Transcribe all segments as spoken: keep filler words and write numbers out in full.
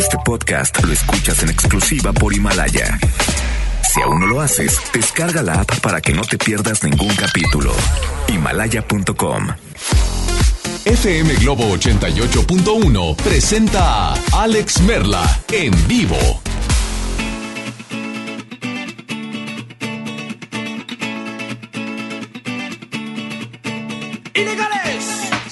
Este podcast lo escuchas en exclusiva por Himalaya. Si aún no lo haces, descarga la app para que no te pierdas ningún capítulo. Himalaya punto com. F M Globo ochenta y ocho punto uno presenta a Alex Merla en vivo. ¡Ilegales!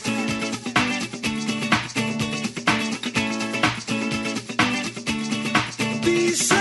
Dice...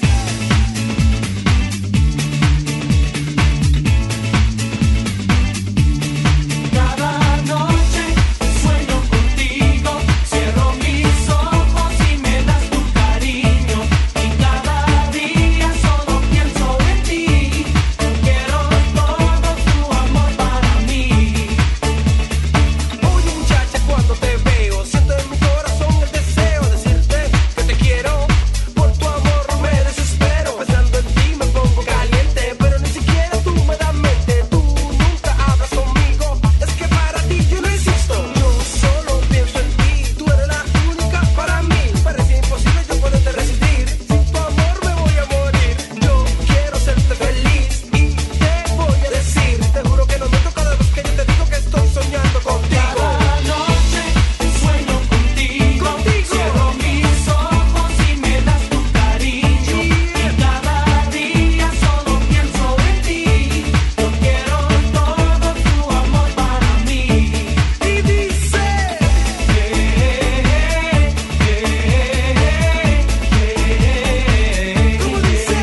Cada noche sueño contigo, cierro mis ojos y me das tu cariño, y cada día solo pienso en ti, quiero todo tu amor para mí. Oye muchacha, cuando te veo, siento en mi corazón el deseo de decirte que te quiero, por tu amor me desespero, pensando en ti me pongo caliente, pero ni siquiera tú me das mente, tú nunca hablas conmigo, es que para ti yo no existo, yo solo pienso en ti, tú eres la única para mí, parece imposible yo poderte resistir, sin tu amor me voy a morir, yo quiero serte feliz y te voy a decir, te juro que no miento cada vez que yo te digo que estoy soñando contigo. Cada noche sueño contigo, cierro mis ojos y me das tu cariño, y cada día solo pienso en ti, yo quiero todo tu amor para mí. Y dice, ¿cómo dice?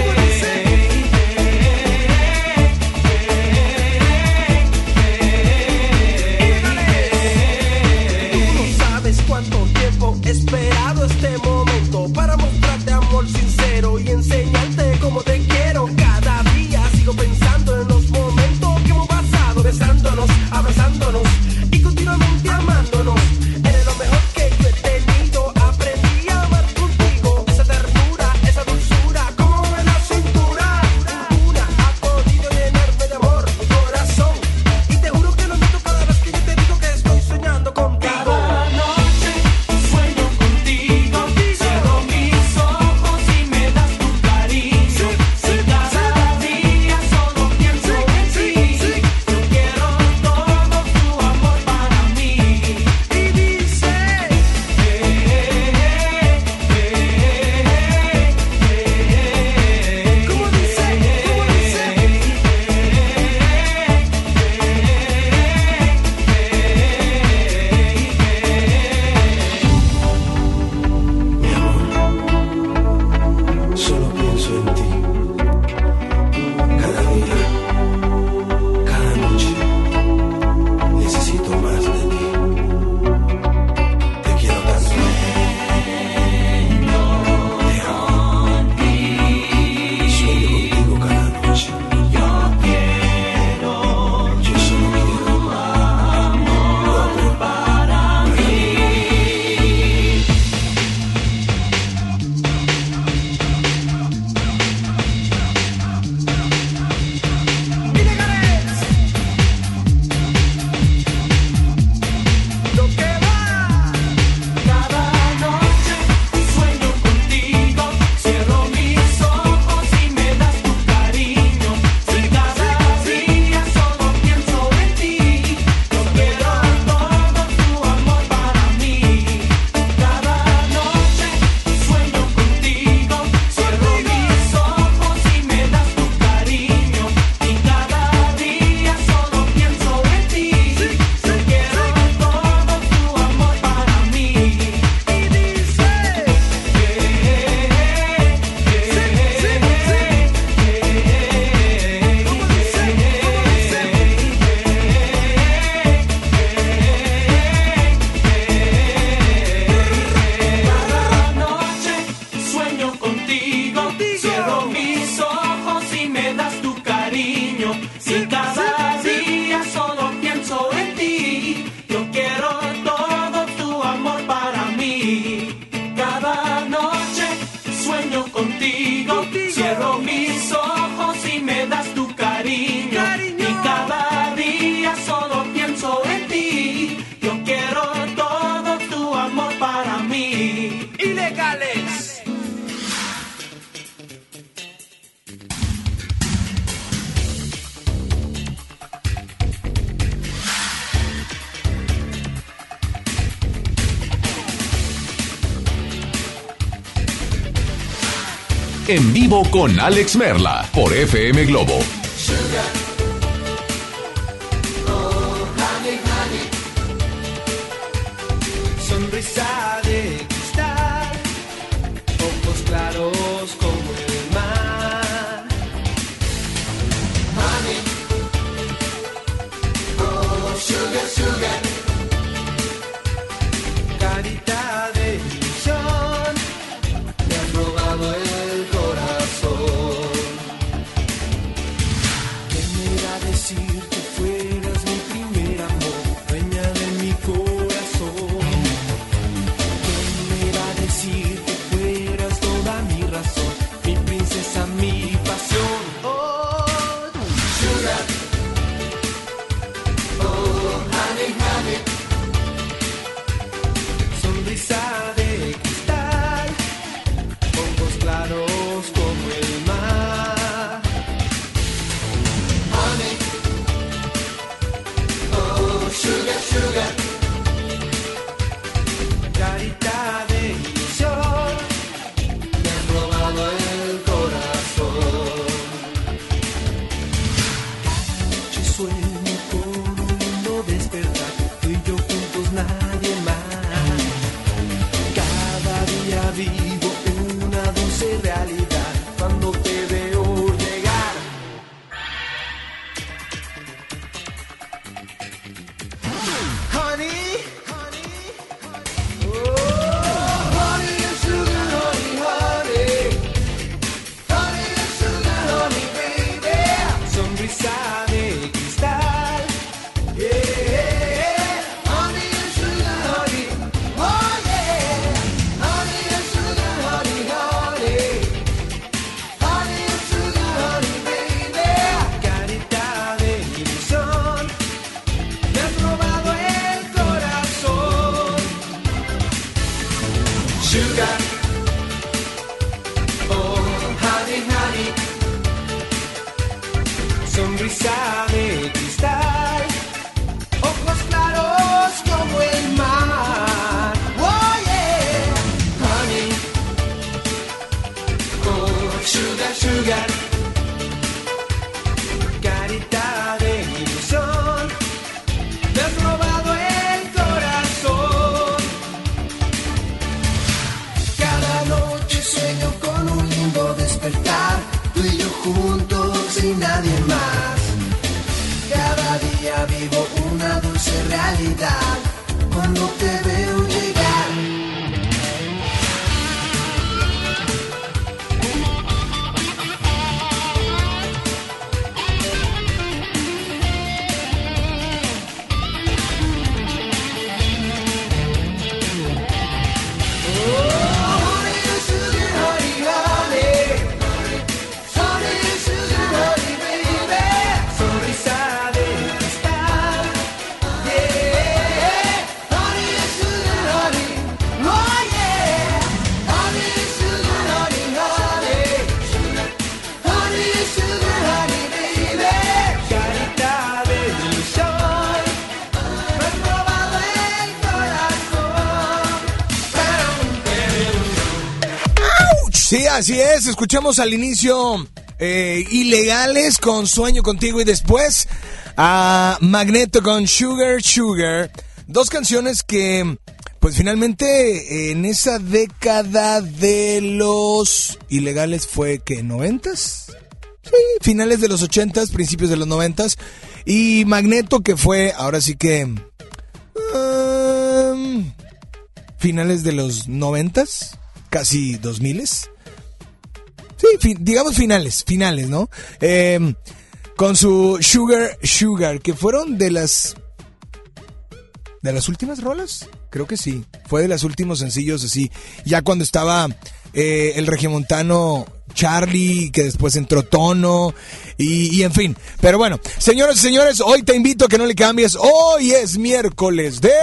Tú no sabes cuánto tiempo he esperado este momento para mostrarte amor sincero y enseñarte cómo te quiero. Cada día sigo pensando en los momentos que hemos pasado, besándonos, abrazándonos y continuamente amándonos. Eres lo mejor que yo he tenido, aprendí a amar contigo. Esa ternura, esa dulzura, como en la cintura. Ninguna ha podido llenarme de amor mi corazón. Y te juro que no miento cada vez que yo te digo que estoy soñando contigo. Cada noche sueño contigo, cierro mis ojos y me das tu cariño, y cada día solo pienso en ti, yo quiero todo tu amor para mí. Y dice, ¿cómo dice? ¿Cómo dice? Mi amor, solo pienso en ti. Cada día, cada noche, necesito más de ti. Te quiero tanto. Te amo. Sueño contigo cada noche. Yo quiero. Yo solo quiero amor para mí. ¡Ilegales! Lo que va. Cada noche sueño contigo, cierro mis ojos y me das tu cariño, y cada día solo pienso en ti, yo quiero todo tu amor para mí. Cada noche sueño contigo, cierro mis ojos y me das tu cariño, y cada día solo pienso en ti, yo quiero todo tu amor para mí. Y dice, ¿cómo dice? ¿Cómo dice? Cada noche sueño contigo, cierro mis ojos y me das tu cariño, y cada día solo pienso en ti, yo quiero todo tu amor para mí. Cada noche sueño contigo, cierro mis ojos y me das tu cariño, y cada día solo pienso en ti, yo quiero todo tu amor para mí. Ilegal. En vivo con Alex Merla por F M Globo. Sonrisa de cristal, ojos claros como el mar. Honey, oh sugar, sugar. Carita de ilusión, me has robado el corazón. ¿Quién me iba a decir que fueras mi primer amor, dueña de mi corazón? Decir que fueras toda mi razón, mi princesa, mi pasión. Oh, sugar, oh, honey, honey. Sonrisa de cristal, ojos claros como el mar. Honey, oh, sugar, sugar. Carita de ilusión, me has robado el corazón. Cada noche sueño con un mundo despertar, tú y yo juntos, nadie más. Cada día vivo una dulce realidad cuando te veo llegar. Honey. Sonrisa de cristal, ojos claros como el mar. Oh yeah, honey, oh sugar, sugar. Carita de ilusión, me has robado el corazón. Cada noche sueño con un lindo despertar, tú y yo juntos y nadie más. Cada día vivo una dulce realidad cuando te veo llegar. Sí, así es. Escuchamos al inicio eh, Ilegales con Sueño Contigo y después a Magneto con Sugar Sugar. Dos canciones que, pues finalmente en esa década de los Ilegales fue que noventas. Sí, finales de los ochentas, principios de los noventas. Y Magneto que fue, ahora sí que um, finales de los noventas, casi dos miles. Sí, fi- digamos finales, finales, ¿no? Eh, con su Sugar Sugar, que fueron de las... ¿De las últimas rolas? Creo que sí. Fue de los últimos sencillos, así. Ya cuando estaba eh, el regiomontano Charlie, que después entró Tono, y, y en fin. Pero bueno, señoras y señores, hoy te invito a que no le cambies. Hoy es miércoles de...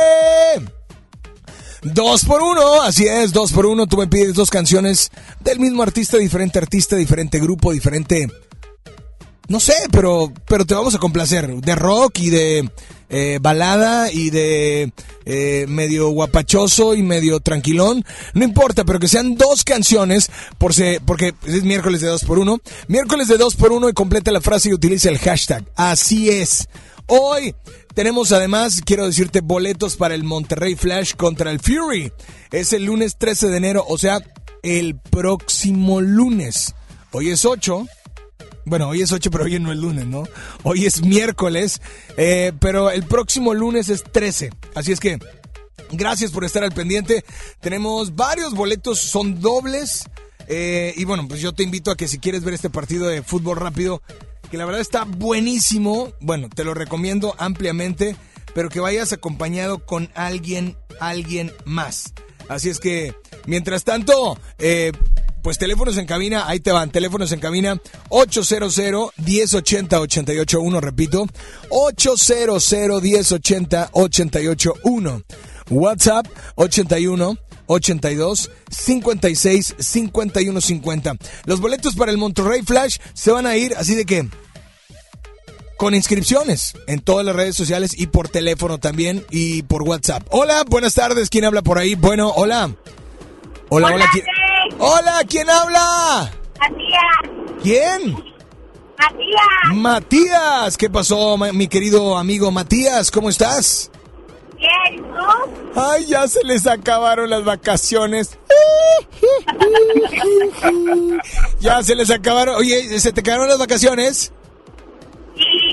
Dos por uno, así es, dos por uno. Tú me pides dos canciones del mismo artista, diferente artista, diferente grupo, diferente... No sé, pero, pero te vamos a complacer. De rock y de... eh, balada y de eh, medio guapachoso y medio tranquilón. No importa, pero que sean dos canciones, por se, porque es miércoles de dos por uno. Miércoles de dos por uno y completa la frase y utiliza el hashtag. Así es. Hoy tenemos además, quiero decirte, boletos para el Monterrey Flash contra el Fury. Es el lunes trece de enero, o sea, el próximo lunes. Hoy es ocho. Bueno, hoy es ocho, pero hoy no es lunes, ¿no? Hoy es miércoles, eh, pero el próximo lunes es trece. Así es que, gracias por estar al pendiente. Tenemos varios boletos, son dobles. Eh, y bueno, pues yo te invito a que si quieres ver este partido de fútbol rápido, que la verdad está buenísimo, bueno, te lo recomiendo ampliamente, pero que vayas acompañado con alguien, alguien más. Así es que, mientras tanto, eh, pues teléfonos en cabina, ahí te van, teléfonos en cabina, ochocientos, diez ochenta, ochenta y ocho uno, repito, ochocientos, diez ochenta, ochenta y ocho uno. WhatsApp, ochenta y uno, ochenta y dos, cincuenta y seis, cincuenta y uno cincuenta. Los boletos para el Monterrey Flash se van a ir, así de que con inscripciones en todas las redes sociales y por teléfono también y por WhatsApp. Hola, buenas tardes, ¿quién habla por ahí? Bueno, hola. Hola, hola. Hola, ¿quién, sí. hola, ¿quién habla? Matías. ¿Quién? Matías. Matías. ¿Qué pasó, ma- mi querido amigo Matías? ¿Cómo estás? Bien, ¿tú? Ay, ya se les acabaron las vacaciones. Ya se les acabaron. Oye, ¿se te acabaron las vacaciones? Sí.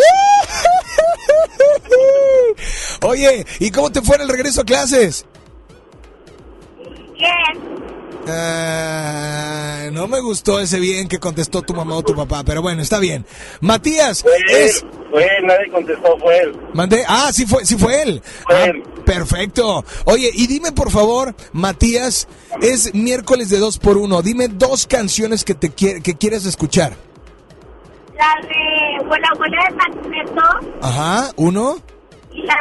Oye, ¿y cómo te fue en el regreso a clases? Bien. Ah, no me gustó ese bien que contestó tu mamá o tu papá, pero bueno, está bien. Matías, Fue es... él, fue él, nadie contestó, fue él. Mandé, ah, sí fue, sí fue él. Fue Ah, él. perfecto. Oye, y dime por favor, Matías, es miércoles de dos por uno. Dime dos canciones que te quie- que quieres escuchar. La de Buena Abuela de Magneto Ajá, uno. y la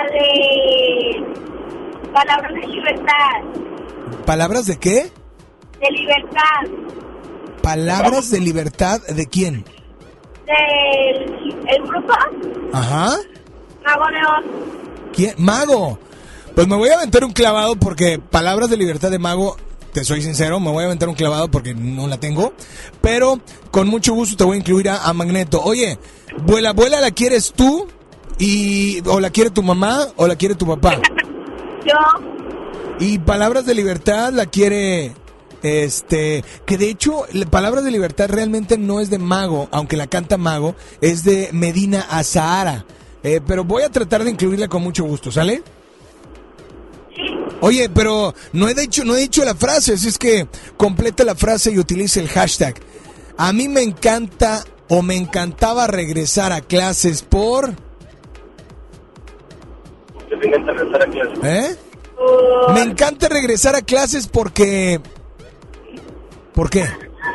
de Palabras de Libertad. ¿Palabras de qué? De libertad. Palabras de libertad, ¿de quién? Del el grupo Ajá. Mago de Oz. ¿Quién? Mago. Pues me voy a aventar un clavado porque palabras de libertad de Mago, te soy sincero, me voy a aventar un clavado porque no la tengo. Pero con mucho gusto te voy a incluir a, a Magneto. Oye, ¿Vuela, Vuela la quieres tú? Y, ¿o la quiere tu mamá o la quiere tu papá? Yo. Y Palabras de Libertad la quiere, este, que de hecho, la Palabras de Libertad realmente no es de Mago, aunque la canta Mago, es de Medina Azahara. Eh, pero voy a tratar de incluirla con mucho gusto, ¿sale? Oye, pero no he dicho, no he dicho la frase, así es que completa la frase y utilice el hashtag. A mí me encanta o me encantaba regresar a clases por... Que te encanta regresar a clase. ¿Eh? Me encanta regresar a clases porque... ¿Por qué?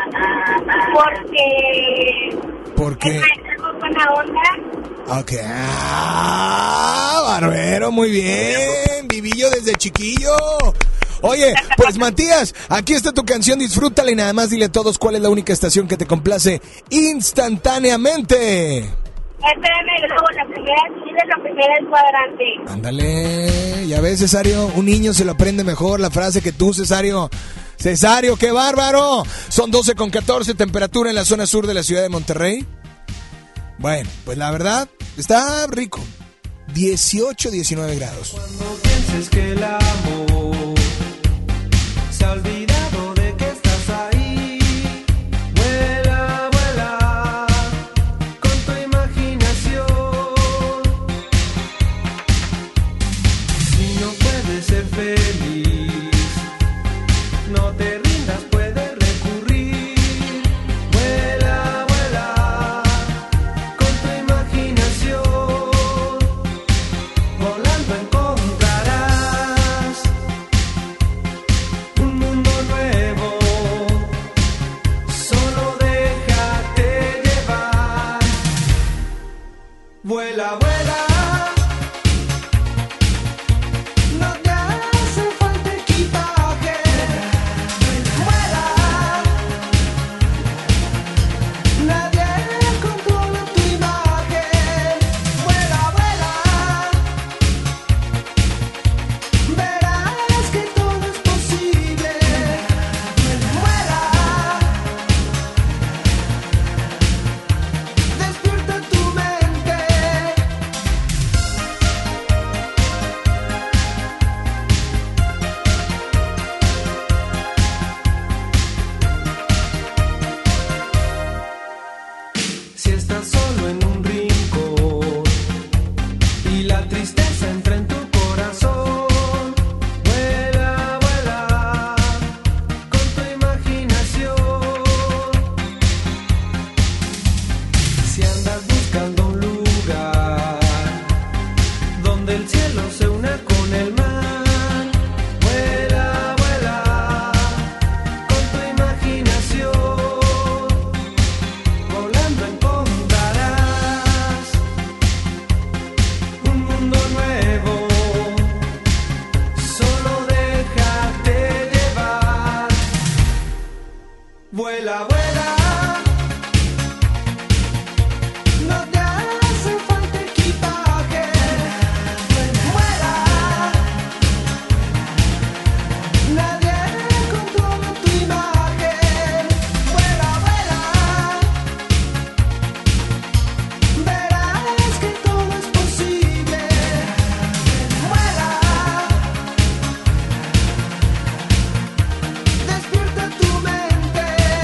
Porque Porque... el maestro es muy buena onda. Ok. Ah, barbero, muy bien. Vivillo desde chiquillo. Oye, pues Matías, aquí está tu canción, disfrútala y nada más dile a todos cuál es la única estación que te complace instantáneamente. F M Globo, la primera en Chile, la primera en cuadrante. Ándale, ya ves, Cesario, un niño se lo aprende mejor la frase que tú, Cesario. Cesario, qué bárbaro. Son doce con catorce, temperatura en la zona sur de la ciudad de Monterrey. Bueno, pues la verdad, está rico. dieciocho, diecinueve grados. Cuando pienses que el amor se ha olvidado de que estás ahí, vuela, vuela con tu imaginación. Si no puedes ser feliz, no te rindas, puedes recurrir. Vuela, vuela con tu imaginación. Volando encontrarás un mundo nuevo. Solo déjate llevar. Vuela, vuela. No te hace falta equipaje. Vuela, vuela, no te hace falta equipaje. Vuela, nadie controla tu imagen. Vuela, vuela, verás que todo es posible. Vuela, despierta tu mente.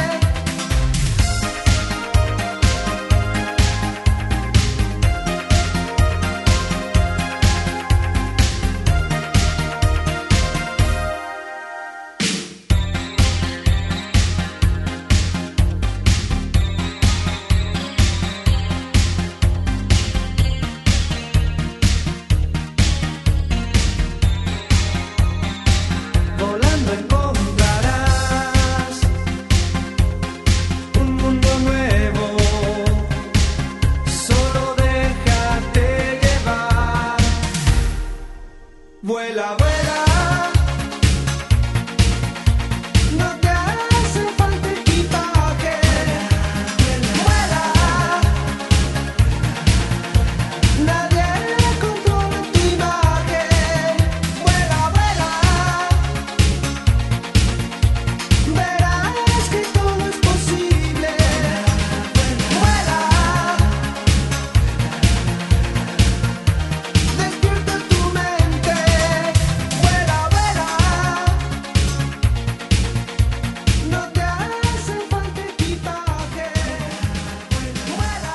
Volando encontrarás un mundo nuevo. Solo déjate llevar. Vuela, vuela, no te hace falta equipaje. Vuela, nadie controla tu imagen. Vuela, vuela, verás que todo es posible. Vuela, despierta tu mente. Vuela, vuela, no te hace falta equipaje. Vuela,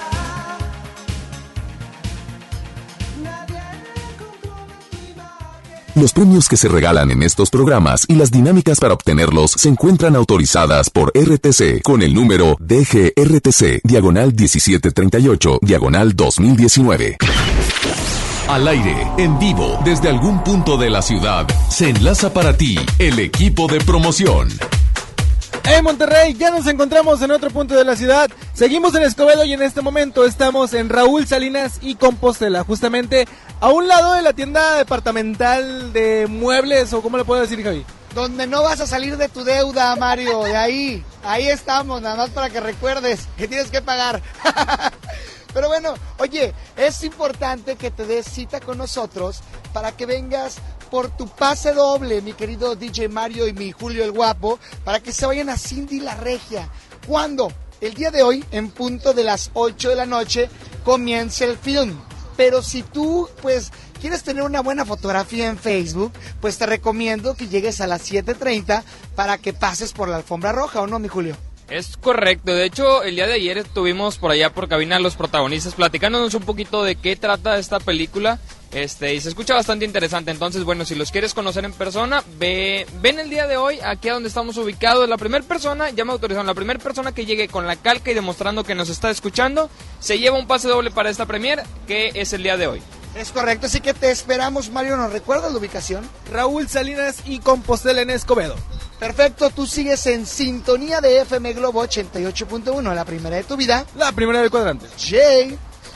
nadie controla tu imagen. Los premios que se regalan en estos programas y las dinámicas para obtenerlos se encuentran autorizadas por R T C con el número D G R T C, diagonal diecisiete treinta y ocho, diagonal dos mil diecinueve. Al aire, en vivo, desde algún punto de la ciudad, se enlaza para ti el equipo de promoción. En Monterrey ya nos encontramos en otro punto de la ciudad. Seguimos en Escobedo y en este momento estamos en Raúl Salinas y Compostela, justamente a un lado de la tienda departamental de muebles, o ¿cómo le puedo decir, Javi? Donde no vas a salir de tu deuda, Mario, de ahí, ahí estamos, nada más para que recuerdes que tienes que pagar. Pero bueno, oye, es importante que te des cita con nosotros para que vengas por tu pase doble, mi querido D J Mario y mi Julio el Guapo, para que se vayan a Cindy La Regia. ¿Cuándo? El día de hoy, en punto de las ocho de la noche, comienza el film. Pero si tú, pues, quieres tener una buena fotografía en Facebook, pues te recomiendo que llegues a las siete treinta para que pases por la alfombra roja, ¿o no, mi Julio? Es correcto, de hecho el día de ayer estuvimos por allá por cabina los protagonistas platicándonos un poquito de qué trata esta película, este y se escucha bastante interesante. Entonces bueno, si los quieres conocer en persona, ve, ven el día de hoy aquí a donde estamos ubicados. La primera persona, ya me autorizaron, la primera persona que llegue con la calca y demostrando que nos está escuchando, se lleva un pase doble para esta premier, que es el día de hoy. Es correcto, así que te esperamos, Mario. ¿Nos recuerdas la ubicación? Raúl Salinas y Compostela en Escobedo. Perfecto, tú sigues en sintonía de F M Globo ochenta y ocho punto uno, la primera de tu vida. La primera del cuadrante. Jay.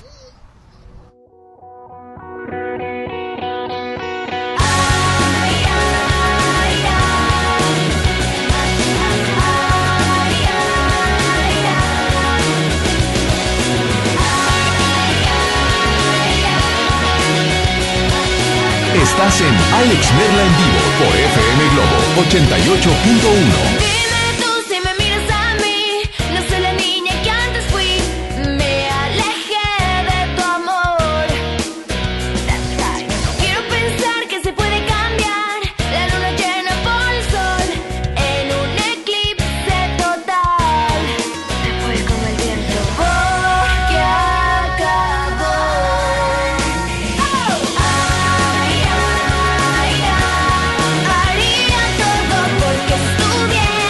Estás en Alex Merla en vivo por F M Globo ochenta y ocho punto uno. Dime tú si me miras a mí, no soy la niña que antes fui, me alejé de tu amor. That's right. Quiero pensar que se puede cambiar la luna llena por el sol en un eclipse total. Se fue como el viento, oh, que acabó. Oh, ay, ay, ay, haría todo porque estuviera.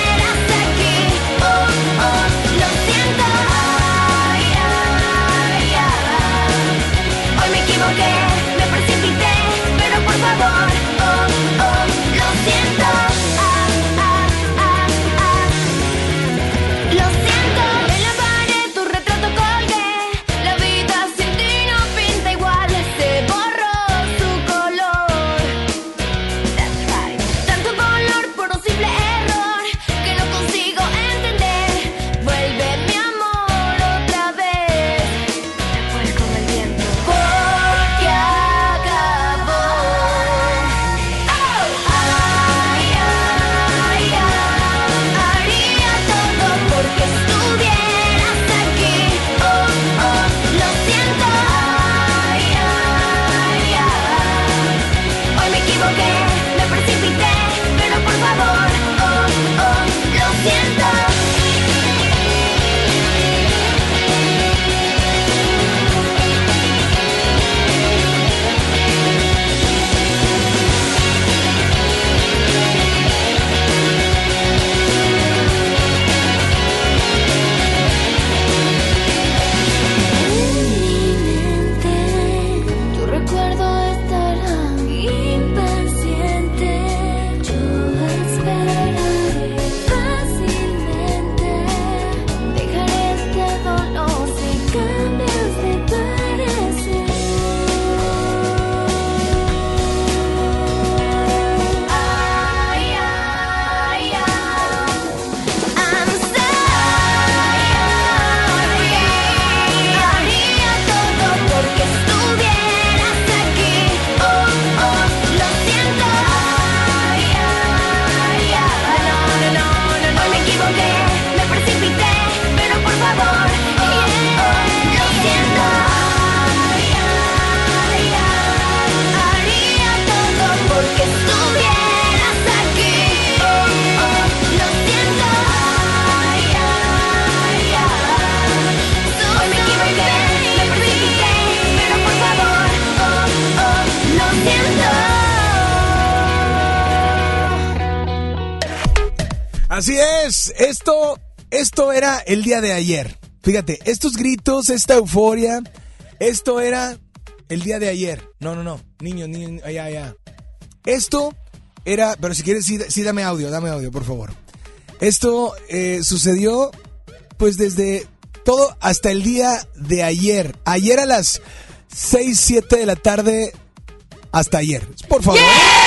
Así es, esto, esto era el día de ayer. Fíjate, estos gritos, esta euforia, esto era el día de ayer. No, no, no, niño, niño, allá, allá. Esto era, pero si quieres, sí, sí dame audio, dame audio, por favor. Esto eh, sucedió, pues desde todo hasta el día de ayer. Ayer a las seis, siete de la tarde, hasta ayer. Por favor.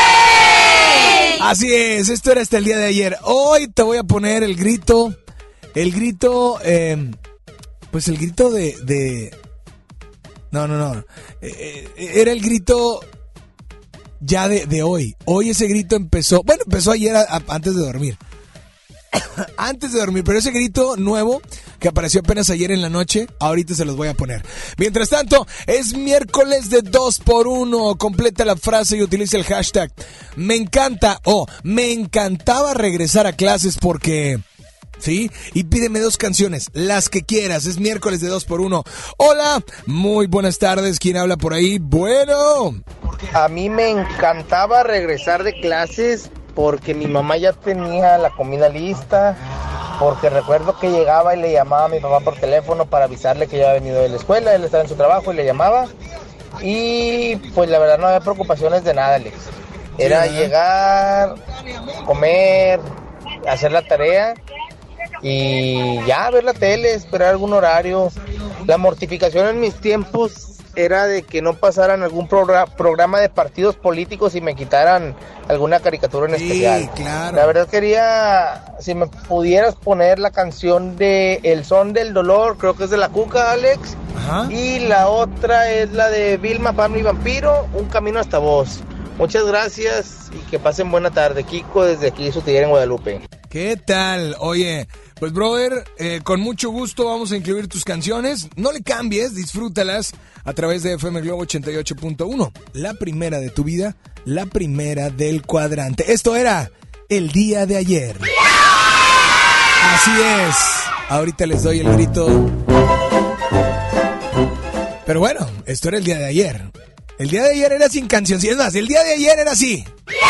Así es, esto era hasta el día de ayer. Hoy te voy a poner el grito, el grito, eh, pues el grito de, de... No, no, no. Eh, eh, era el grito ya de, de hoy. Hoy ese grito empezó, bueno, empezó ayer a, a, antes de dormir. Antes de dormir, pero ese grito nuevo que apareció apenas ayer en la noche, ahorita se los voy a poner. Mientras tanto, es miércoles de dos por uno. Completa la frase y utiliza el hashtag me encanta o oh, me encantaba regresar a clases porque... ¿Sí? Y pídeme dos canciones, las que quieras. Es miércoles de dos por uno. Hola, muy buenas tardes. ¿Quién habla por ahí? Bueno. A mí me encantaba regresar de clases porque mi mamá ya tenía la comida lista, porque recuerdo que llegaba y le llamaba a mi papá por teléfono para avisarle que ya había venido de la escuela, él estaba en su trabajo y le llamaba. Y pues la verdad no había preocupaciones de nada, Alex. Era llegar, comer, hacer la tarea y ya ver la tele, esperar algún horario. La mortificación en mis tiempos era de que no pasaran algún programa, programa de partidos políticos y me quitaran alguna caricatura en sí, especial. Claro. La verdad quería, si me pudieras poner la canción de El Son del Dolor, creo que es de La Cuca, Alex. Ajá. Y la otra es la de Vilma, Pablo y Vampiro, Un Camino hasta Vos. Muchas gracias y que pasen buena tarde. Kiko desde aquí, su tierra en Guadalupe. ¿Qué tal? Oye, pues brother, eh, con mucho gusto vamos a incluir tus canciones. No le cambies, disfrútalas a través de F M Globo ochenta y ocho punto uno. La primera de tu vida, la primera del cuadrante. Esto era el día de ayer. Así es. Ahorita les doy el grito. Pero bueno, esto era el día de ayer. El día de ayer era sin canción. Es más, el día de ayer era así.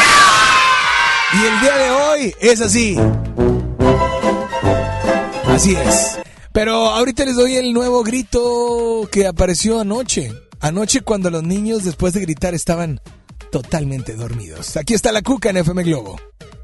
Y el día de hoy es así. Así es. Pero ahorita les doy el nuevo grito que apareció anoche. Anoche cuando los niños después de gritar estaban totalmente dormidos. Aquí está La Cuca en F M Globo.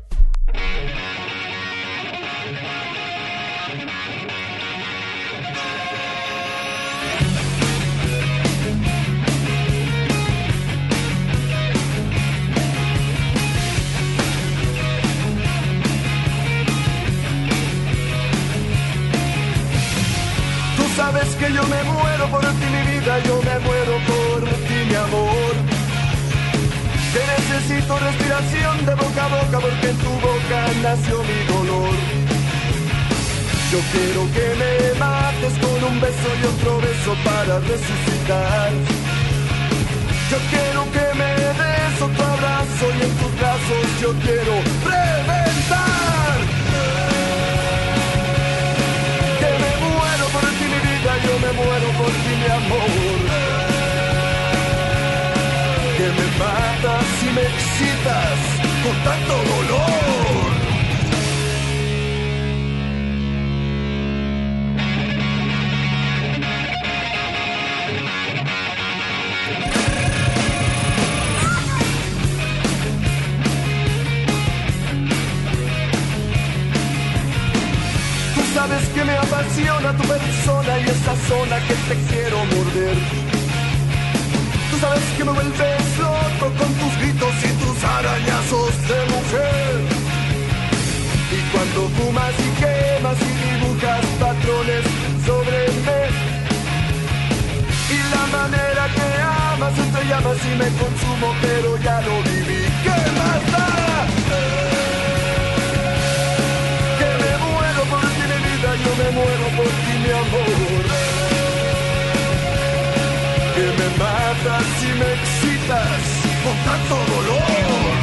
Sabes que yo me muero por ti, mi vida, yo me muero por ti, mi amor. Que necesito respiración de boca a boca porque en tu boca nació mi dolor. Yo quiero que me mates con un beso y otro beso para resucitar. Yo quiero que me des otro abrazo y en tus brazos yo quiero reventar. Yo me muero por ti, mi amor. Que me matas y me excitas con tanto dolor. Sabes que me apasiona tu persona y esa zona que te quiero morder. Tú sabes que me vuelves loco con tus gritos y tus arañazos de mujer. Y cuando fumas y quemas y dibujas patrones sobre mí. Y la manera que amas entre llamas y me consumo, pero ya lo viví. ¿Qué más da? Yo me muero por ti, mi amor. Que me matas y me excitas con tanto dolor.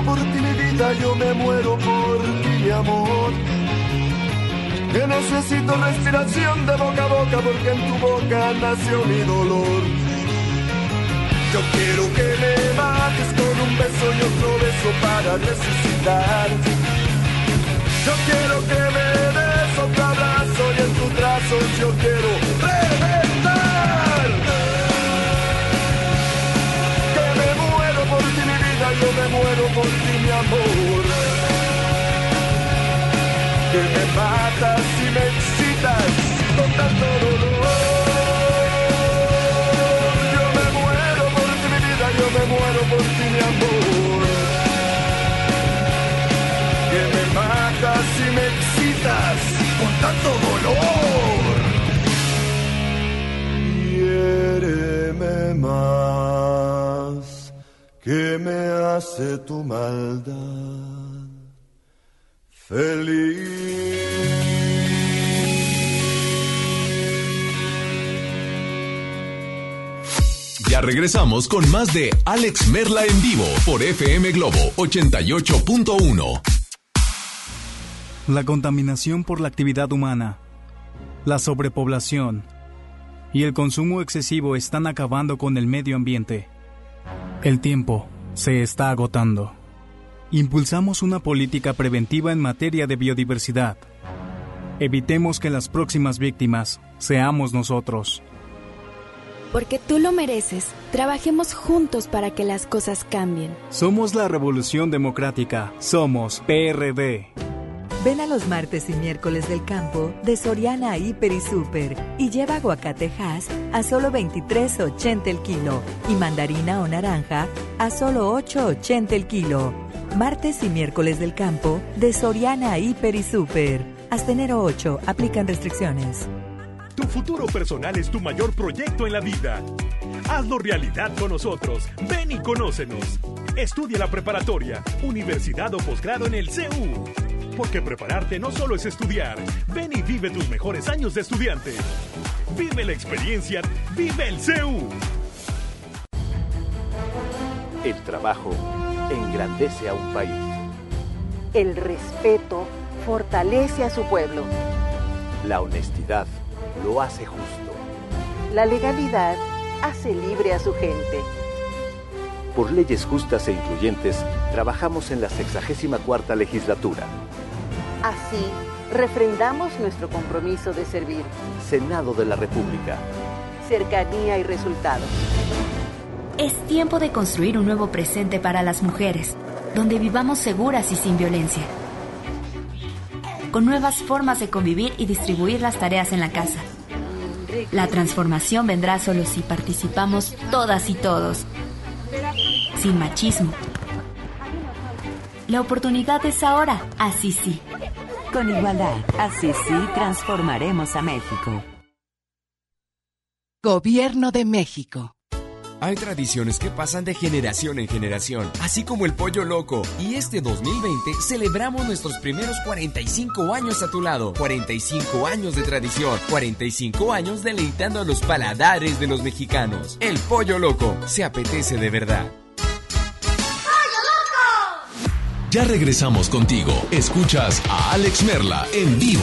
por ti mi vida, yo me muero por ti mi amor. Que necesito respiración de boca a boca porque en tu boca nació mi dolor. Yo quiero que me mates con un beso y otro beso para resucitar. Yo quiero que me des otro abrazo y en tus brazos yo quiero reventar. Que me muero por ti mi vida, yo me muero por ti mi amor. Que me matas y me excitas con tanto dolor. Yo me muero por ti mi vida, yo me muero por ti mi amor. Que me matas y me excitas con tanto dolor. Hiéreme más, que me hace tu maldad feliz. Ya regresamos con más de Alex Merla en vivo por F M Globo ochenta y ocho punto uno. La contaminación por la actividad humana, la sobrepoblación y el consumo excesivo están acabando con el medio ambiente. El tiempo se está agotando. Impulsamos una política preventiva en materia de biodiversidad. Evitemos que las próximas víctimas seamos nosotros. Porque tú lo mereces, trabajemos juntos para que las cosas cambien. Somos la Revolución Democrática, somos P R D. Ven a los martes y miércoles del campo de Soriana Hiper y Super y lleva aguacate Hass a solo veintitrés ochenta el kilo y mandarina o naranja a solo ocho ochenta el kilo. Martes y miércoles del campo de Soriana Hiper y Super. Hasta enero ocho, aplican restricciones. Tu futuro personal es tu mayor proyecto en la vida. Hazlo realidad con nosotros. Ven y conócenos. Estudia la preparatoria, universidad o posgrado en el C U. Porque prepararte no solo es estudiar. Ven y vive tus mejores años de estudiante. Vive la experiencia. Vive el C U. El trabajo engrandece a un país. El respeto fortalece a su pueblo. La honestidad lo hace justo. La legalidad hace libre a su gente. Por leyes justas e incluyentes, trabajamos en la sexagésima cuarta legislatura. Así, refrendamos nuestro compromiso de servir. Senado de la República. Cercanía y resultados. Es tiempo de construir un nuevo presente para las mujeres, donde vivamos seguras y sin violencia. Con nuevas formas de convivir y distribuir las tareas en la casa. La transformación vendrá solo si participamos todas y todos, sin machismo. La oportunidad es ahora, así sí. Con igualdad, así sí transformaremos a México. Gobierno de México. Hay tradiciones que pasan de generación en generación, así como el Pollo Loco. Y este dos mil veinte celebramos nuestros primeros cuarenta y cinco años a tu lado. cuarenta y cinco años de tradición, cuarenta y cinco años deleitando a los paladares de los mexicanos. El Pollo Loco se apetece de verdad. Ya regresamos contigo. Escuchas a Alex Merla en vivo.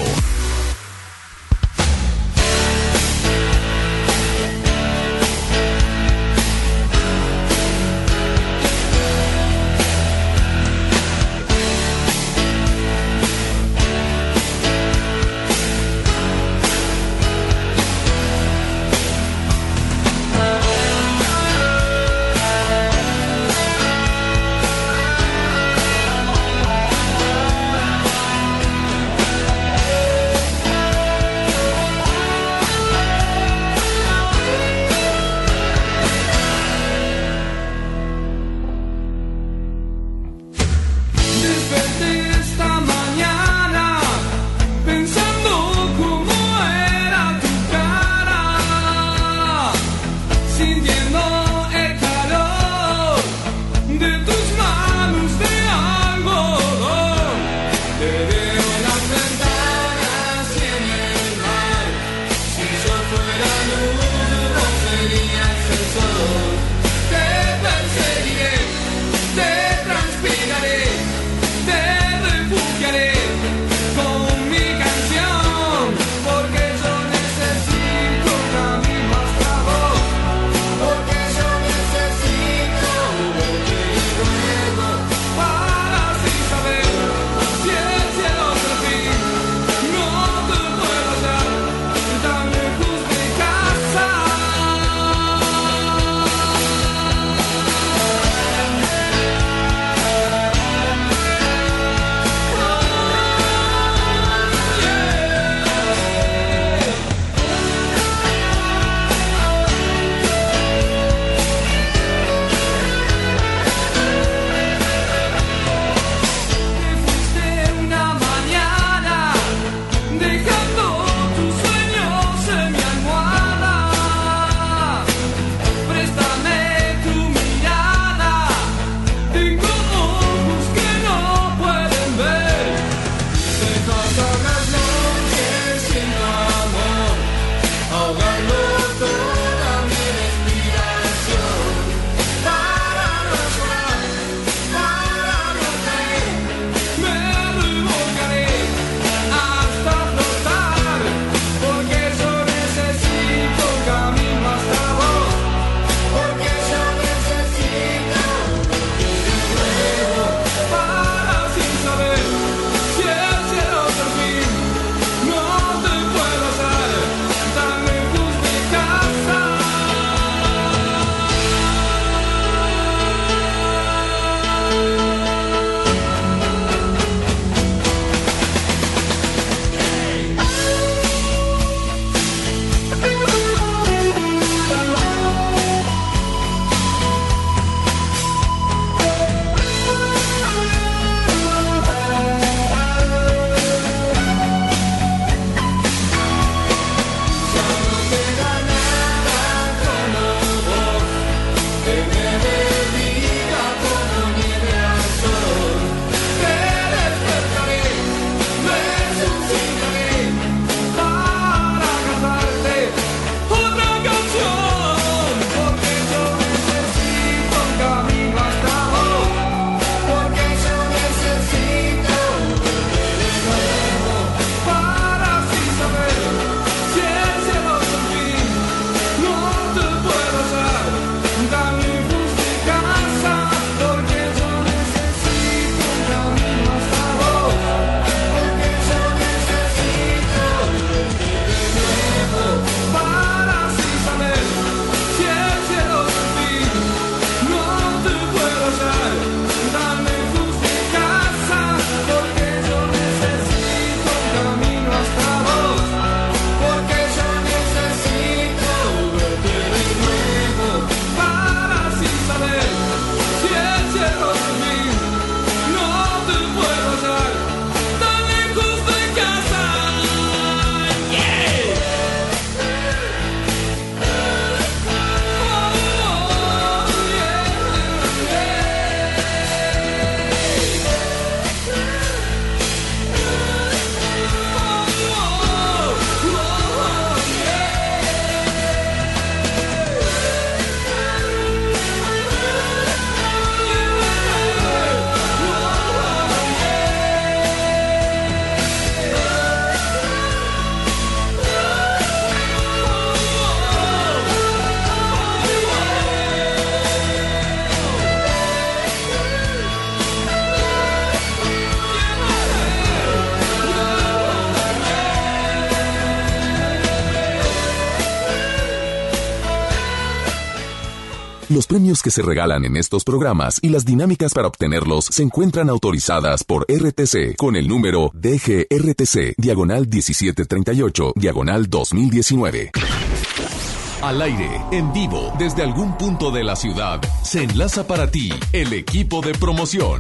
Los premios que se regalan en estos programas y las dinámicas para obtenerlos se encuentran autorizadas por R T C con el número D G R T C, diagonal diecisiete treinta y ocho, diagonal dos mil diecinueve. Al aire, en vivo, desde algún punto de la ciudad, se enlaza para ti el equipo de promoción.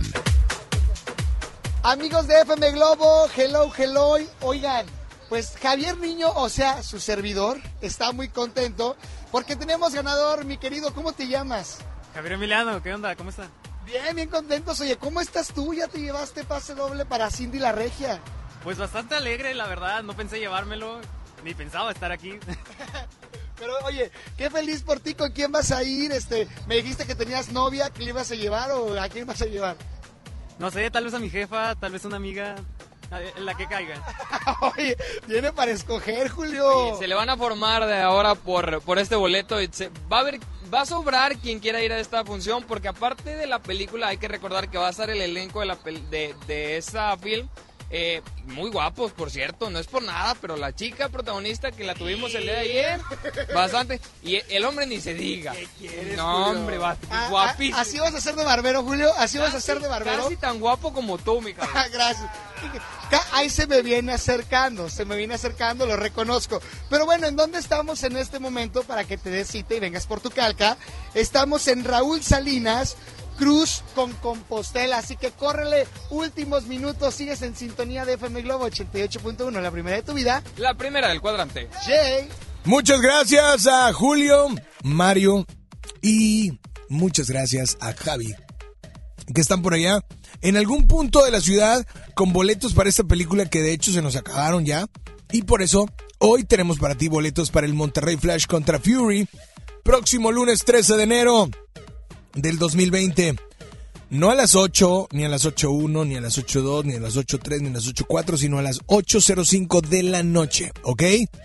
Amigos de F M Globo, hello, hello. Oigan, pues Javier Niño, o sea, su servidor, está muy contento porque tenemos ganador, mi querido. ¿Cómo te llamas? Javier Emiliano, ¿qué onda? ¿Cómo está? Bien, bien contentos. Oye, ¿cómo estás tú? ¿Ya te llevaste pase doble para Cindy la Regia? Pues bastante alegre, la verdad. No pensé llevármelo, ni pensaba estar aquí. Pero oye, qué feliz por ti. ¿Con quién vas a ir? Este, me dijiste que tenías novia, ¿que le ibas a llevar o a quién vas a llevar? No sé, tal vez a mi jefa, tal vez una amiga, la que caiga. Oye, viene para escoger, Julio. Oye, se le van a formar de ahora por, por este boleto. Y se, va a haber, va a sobrar quien quiera ir a esta función, porque aparte de la película hay que recordar que va a estar el elenco de, la, de, de esa film. Eh, muy guapos, por cierto, no es por nada, pero la chica protagonista que la tuvimos el día de ayer, bastante, y el hombre ni se diga. ¿Qué quieres, no, Julio? hombre, va, Ah, guapísimo. ah, ¿Así vas a ser de barbero, Julio? ¿Así vas a ser de barbero? Casi tan guapo como tú, mi cabrón. Gracias. Ahí se me viene acercando, se me viene acercando, lo reconozco. Pero bueno, ¿en dónde estamos en este momento para que te des cita y vengas por tu calca? Estamos en Raúl Salinas, Cruz con Compostela, así que córrele, últimos minutos, sigues en sintonía de F M Globo ochenta y ocho punto uno, la primera de tu vida. La primera del cuadrante. Jay. Muchas gracias a Julio, Mario y muchas gracias a Javi, que están por allá en algún punto de la ciudad con boletos para esta película que de hecho se nos acabaron ya. Y por eso hoy tenemos para ti boletos para el Monterrey Flash contra Fury, próximo lunes trece de enero del dos mil veinte. No a las ocho, ni a las ocho uno, ni a las ocho dos, ni a las ocho tres, ni a las ocho cuatro, sino a las ocho cero cinco de la noche, ¿ok?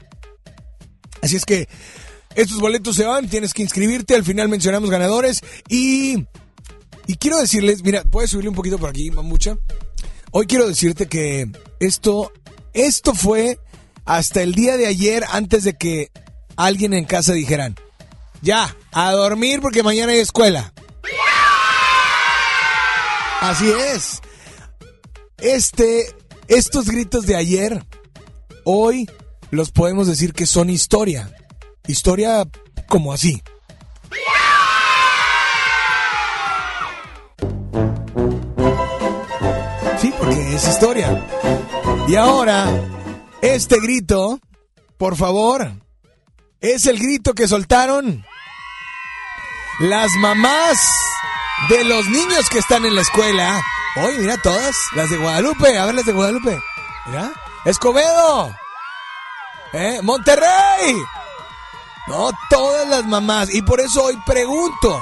Así es que estos boletos se van, tienes que inscribirte, al final mencionamos ganadores y... Y quiero decirles, mira, puedes subirle un poquito por aquí, mamucha. Hoy quiero decirte que esto, esto fue hasta el día de ayer, antes de que alguien en casa dijeran, ya, a dormir porque mañana hay escuela. Así es. Este, estos gritos de ayer, hoy los podemos decir que son historia. Historia como así. Sí, porque es historia. Y ahora, este grito, por favor, es el grito que soltaron las mamás de los niños que están en la escuela. Oye, mira todas, las de Guadalupe, a ver las de Guadalupe. Mira, Escobedo, ¿eh? Monterrey. No, todas las mamás. Y por eso hoy pregunto.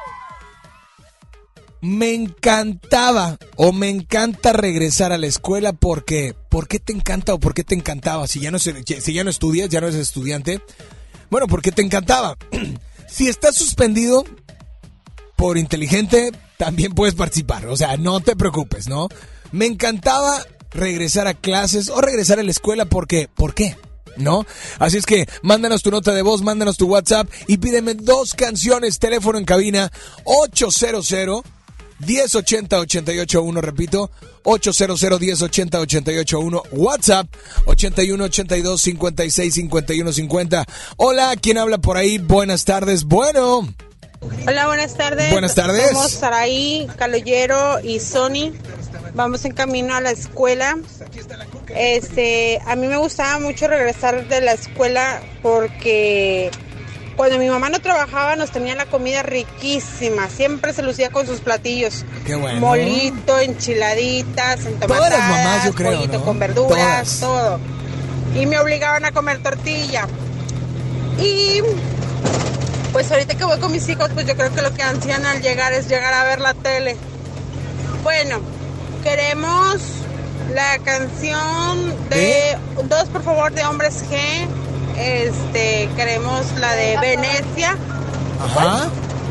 Me encantaba o me encanta regresar a la escuela porque ¿por qué te encanta o por qué te encantaba? Si ya no se, si ya no estudias, ya no eres estudiante. Bueno, ¿por qué te encantaba? Si estás suspendido por inteligente, también puedes participar. O sea, no te preocupes, ¿no? Me encantaba regresar a clases o regresar a la escuela porque ¿por qué? ¿No? Así es que mándanos tu nota de voz, mándanos tu WhatsApp y pídeme dos canciones. Teléfono en cabina ochocientos, diez ochenta, ochenta y ocho uno, repito, ochocientos, diez ochenta, ochenta y ocho uno, WhatsApp ochenta y uno, ochenta y dos, cincuenta y seis, cincuenta y uno, cincuenta. Hola, ¿quién habla por ahí? Buenas tardes, bueno. Hola, buenas tardes. Buenas tardes. Somos Saraí, Caloyero y Sony. Vamos en camino a la escuela. Este, a mí me gustaba mucho regresar de la escuela porque cuando mi mamá no trabajaba nos tenía la comida riquísima. Siempre se lucía con sus platillos. Qué bueno. Molito, enchiladitas, entomatadas, Todas las mamás, yo creo, pollito ¿no? con verduras, Todas. todo. Y me obligaban a comer tortilla. Y pues ahorita que voy con mis hijos, pues yo creo que lo que hacían al llegar es llegar a ver la tele. Bueno, queremos la canción de ¿Eh? dos, por favor, de Hombres G. Este, queremos la de Venecia. Ajá.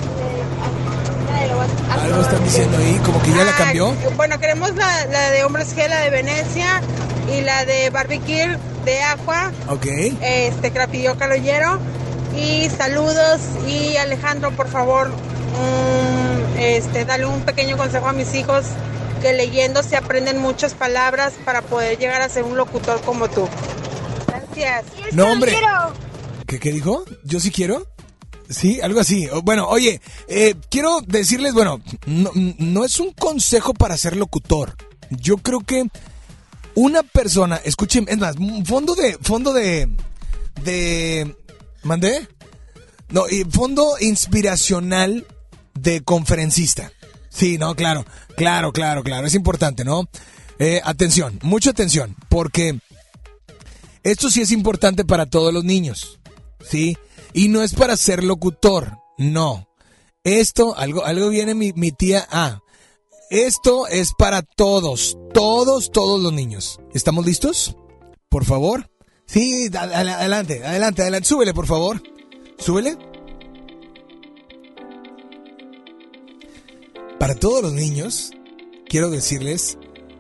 Algo están diciendo ahí, como que ya la cambió. Ah, bueno, queremos la, la de Hombres G, la de Venecia y la de Barbecue de Aqua. Ok. Este, que la pidió Caloyero. Y saludos. Y Alejandro, por favor, mm, este, dale un pequeño consejo a mis hijos, que leyendo se aprenden muchas palabras para poder llegar a ser un locutor como tú. Gracias. No, hombre. ¿Qué, qué dijo? ¿Yo sí quiero? Sí, algo así. O- Bueno, oye, eh, quiero decirles, bueno, no, no es un consejo para ser locutor. Yo creo que una persona, escuchen, es más, un fondo de, fondo de, de, ¿mandé? No, y fondo inspiracional de conferencista. Sí, no, claro, claro, claro, claro, es importante, ¿no? Eh, atención, mucha atención, porque esto sí es importante para todos los niños, ¿sí? Y no es para ser locutor, no. Esto, algo, algo viene mi, mi tía, ah, esto es para todos, todos, todos los niños. ¿Estamos listos? Por favor. Sí, ad- ad- adelante, adelante, adelante, súbele, por favor. Súbele. Para todos los niños, quiero decirles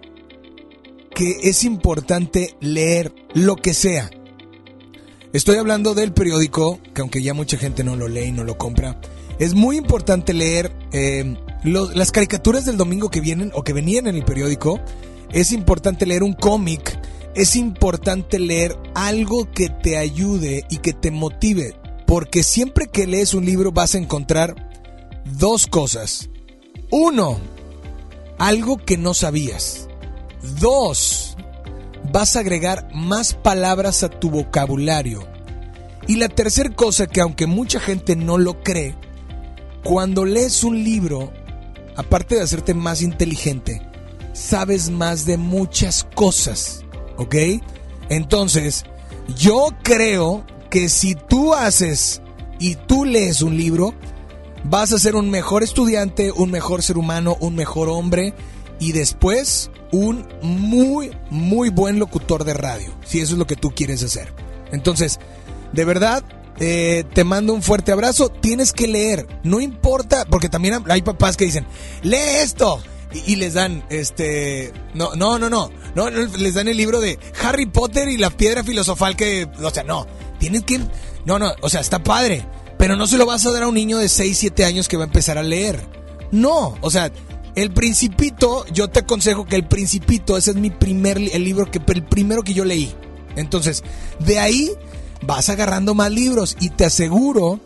que es importante leer lo que sea. Estoy hablando del periódico, que aunque ya mucha gente no lo lee y no lo compra, es muy importante leer eh, los- las caricaturas del domingo que vienen o que venían en el periódico. Es importante leer un cómic. Es importante leer algo que te ayude y que te motive. Porque siempre que lees un libro vas a encontrar dos cosas. Uno, algo que no sabías. Dos, vas a agregar más palabras a tu vocabulario. Y la tercera cosa, que aunque mucha gente no lo cree, cuando lees un libro, aparte de hacerte más inteligente, sabes más de muchas cosas, ¿ok? Entonces, yo creo que si tú haces y tú lees un libro, vas a ser un mejor estudiante, un mejor ser humano, un mejor hombre y después un muy, muy buen locutor de radio, si eso es lo que tú quieres hacer. Entonces, de verdad, eh, te mando un fuerte abrazo. Tienes que leer, no importa, porque también hay papás que dicen, lee esto, y, y les dan, este, no, no, no, no, no, no, les dan el libro de Harry Potter y la piedra filosofal que, o sea, no, tienes que, no, no, o sea, está padre, pero no se lo vas a dar a un niño de seis, siete años que va a empezar a leer. No, o sea, El Principito, yo te aconsejo que El Principito, ese es mi primer, li- el libro que, el primero que yo leí. Entonces, de ahí vas agarrando más libros y te aseguro,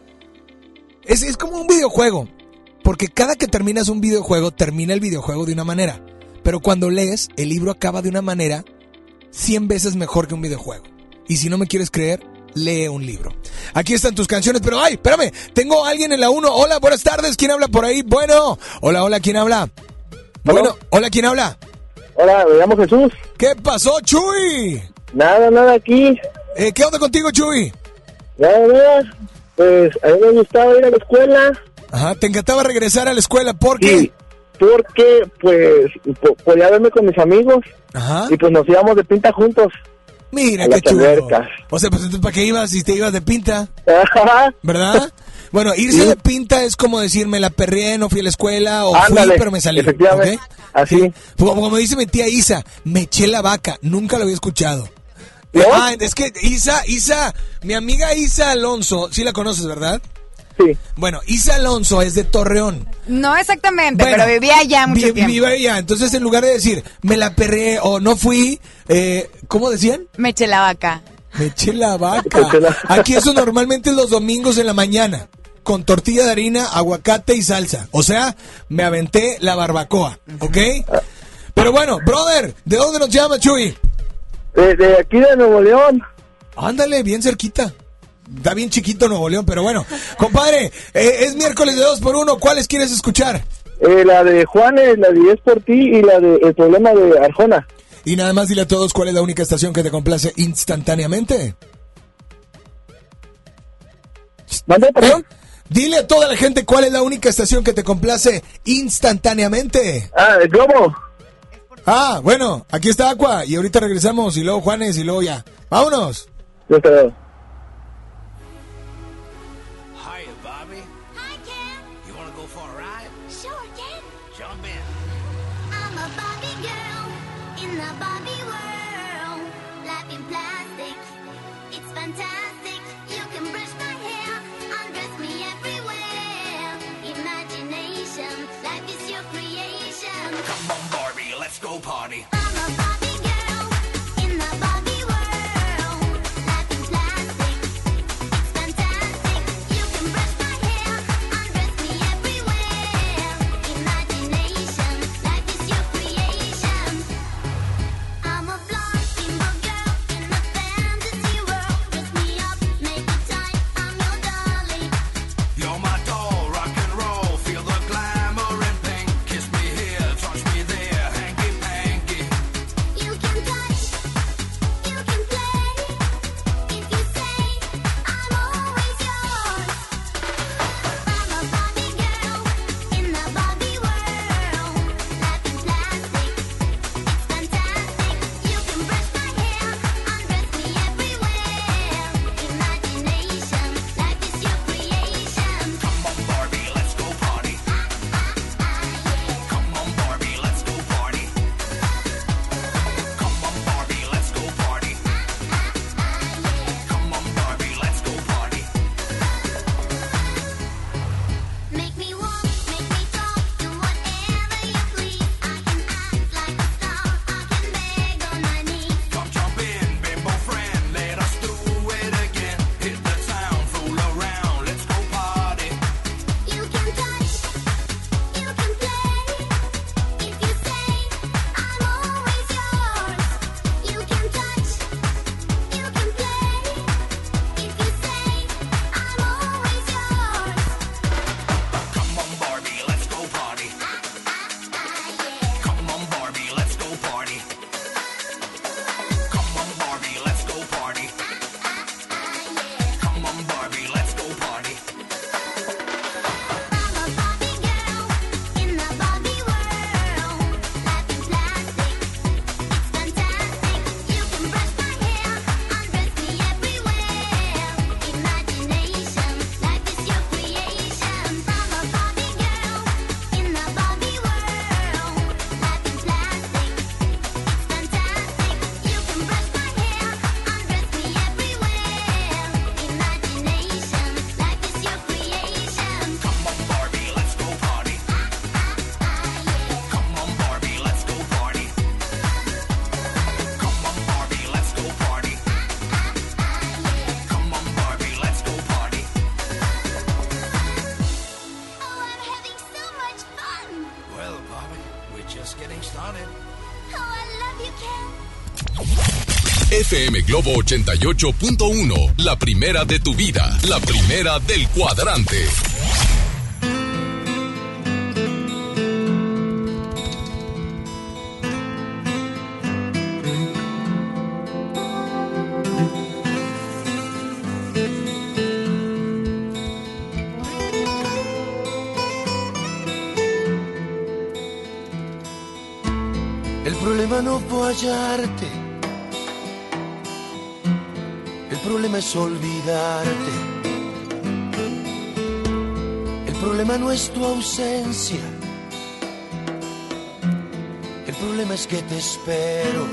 es, es como un videojuego, porque cada que terminas un videojuego, termina el videojuego de una manera, pero cuando lees, el libro acaba de una manera cien veces mejor que un videojuego. Y si no me quieres creer, lee un libro. Aquí están tus canciones, pero ay, espérame, tengo a alguien en la uno. Hola, buenas tardes, ¿quién habla por ahí? Bueno, hola, hola, ¿quién habla? Bueno, hola, ¿quién habla? Hola, me llamo Jesús. ¿Qué pasó, Chuy? Nada, nada aquí. Eh, ¿Qué onda contigo, Chuy? Nada, nada. Pues a mí me gustaba ir a la escuela. Ajá, ¿te encantaba regresar a la escuela? ¿Por qué? Sí, porque pues po- podía verme con mis amigos. Ajá. Y pues nos íbamos de pinta juntos. Mira, a qué las chulo. albercas. O sea, pues entonces, ¿para qué ibas si te ibas de pinta? Ajá. ¿Verdad? Bueno, irse Sí. de pinta es como decir, me la perreé, no fui a la escuela, o Ándale, fui, pero me salí. efectivamente, ¿ok? así. Sí. Como, como dice mi tía Isa, me eché la vaca, nunca lo había escuchado. ¿No? Ah, es que Isa, Isa, mi amiga Isa Alonso, sí la conoces, ¿verdad? Sí. Bueno, Isa Alonso es de Torreón. No exactamente, Bueno, pero vivía allá mucho vi- tiempo. Vivía allá, entonces en lugar de decir, me la perreé o no fui, eh, ¿cómo decían? Me eché la vaca. Me eché la vaca. Aquí eso normalmente es los domingos en la mañana, con tortilla de harina, aguacate y salsa. O sea, me aventé la barbacoa, ¿ok? Pero bueno, brother, ¿de dónde nos llama, Chuy? Desde aquí de Nuevo León. Ándale, bien cerquita. Está bien chiquito Nuevo León, pero bueno. Compadre, eh, es miércoles de dos por uno. ¿Cuáles quieres escuchar? Eh, la de Juanes, la de diez por ti y la de El Problema de Arjona. Y nada más dile a todos cuál es la única estación que te complace instantáneamente. ¿Mande, perdón? Eh, dile a toda la gente cuál es la única estación que te complace instantáneamente. Ah, el Globo. Ah, bueno, aquí está Aqua y ahorita regresamos y luego Juanes y luego ya. ¡Vámonos! Yo te veo. Hiya, Bobby. Hi, Ken. You want to go for a ride? Sure, Ken. Jump in. I'm a Barbie girl in the Barbie world. Life in plastic, it's fantastic. You can brush my hair. go party. You're my doll, rock and roll, feel the glamour and pink. Kiss me here, touch me there, hanky panky. You can touch, you can play. If you say I'm always yours. I'm a Barbie girl in the Barbie world. Life is plastic, it's fantastic. You can brush my hair, undress me everywhere. Imagination, life is your creation. Come on, Barbie, let's go party. Come on, Barbie, let's go party. Come on, Barbie, let's go party. Come on, Barbie, let's go party. Make me walk, make me talk, do whatever you please. I can act like a star, I can beg on my knees. Come jump in, bimbo friend, let us do it again. Hit the town, fool around, let's go party. You can touch, you can play. If you say I'm always yours. You can touch, you can play. If you say I'm always yours. Come on, Barbie, let's go party. Come on, Barbie, let's go party. Come on, Barbie, let's go party. Come on, Barbie, let's go party. I'm a Barbie girl in the Barbie world. Life is plastic, it's fantastic. You can brush my hair, undress me everywhere. Imagination, life is your creation. I'm a Barbie girl in the Barbie world. Life is plastic, it's fantastic. You can brush my hair, undress me everywhere. Imagination, life is your creation. Come on, Barbie, let's go party. Come on, Barbie, let's go party. Come on, Barbie, let's go party. Come on, Barbie, let's go party. Oh, I'm having so much fun. Well, Barbie, we're just getting started. Oh, I love you, Ken. F M Globo ochenta y ocho punto uno, la primera de tu vida, la primera del cuadrante. El problema no fue hallarte, el problema es olvidarte. El problema no es tu ausencia, el problema es que te espero.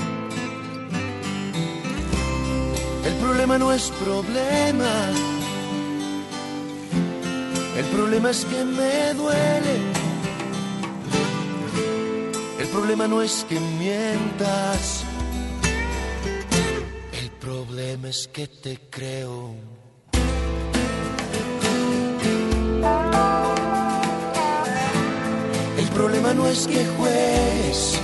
El problema no es problema, el problema es que me duele. El problema no es que mientas, el problema es que te creo. El problema no es que juegues,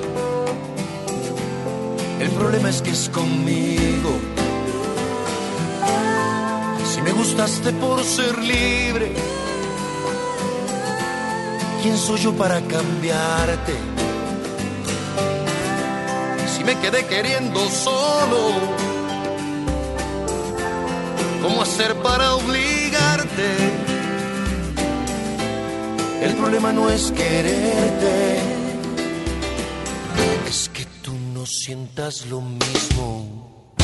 el problema es que es conmigo. Si me gustaste por ser libre, ¿quién soy yo para cambiarte? Si me quedé queriendo solo, ¿cómo hacer para obligarte? El problema no es quererte, es que tú no sientas lo mismo.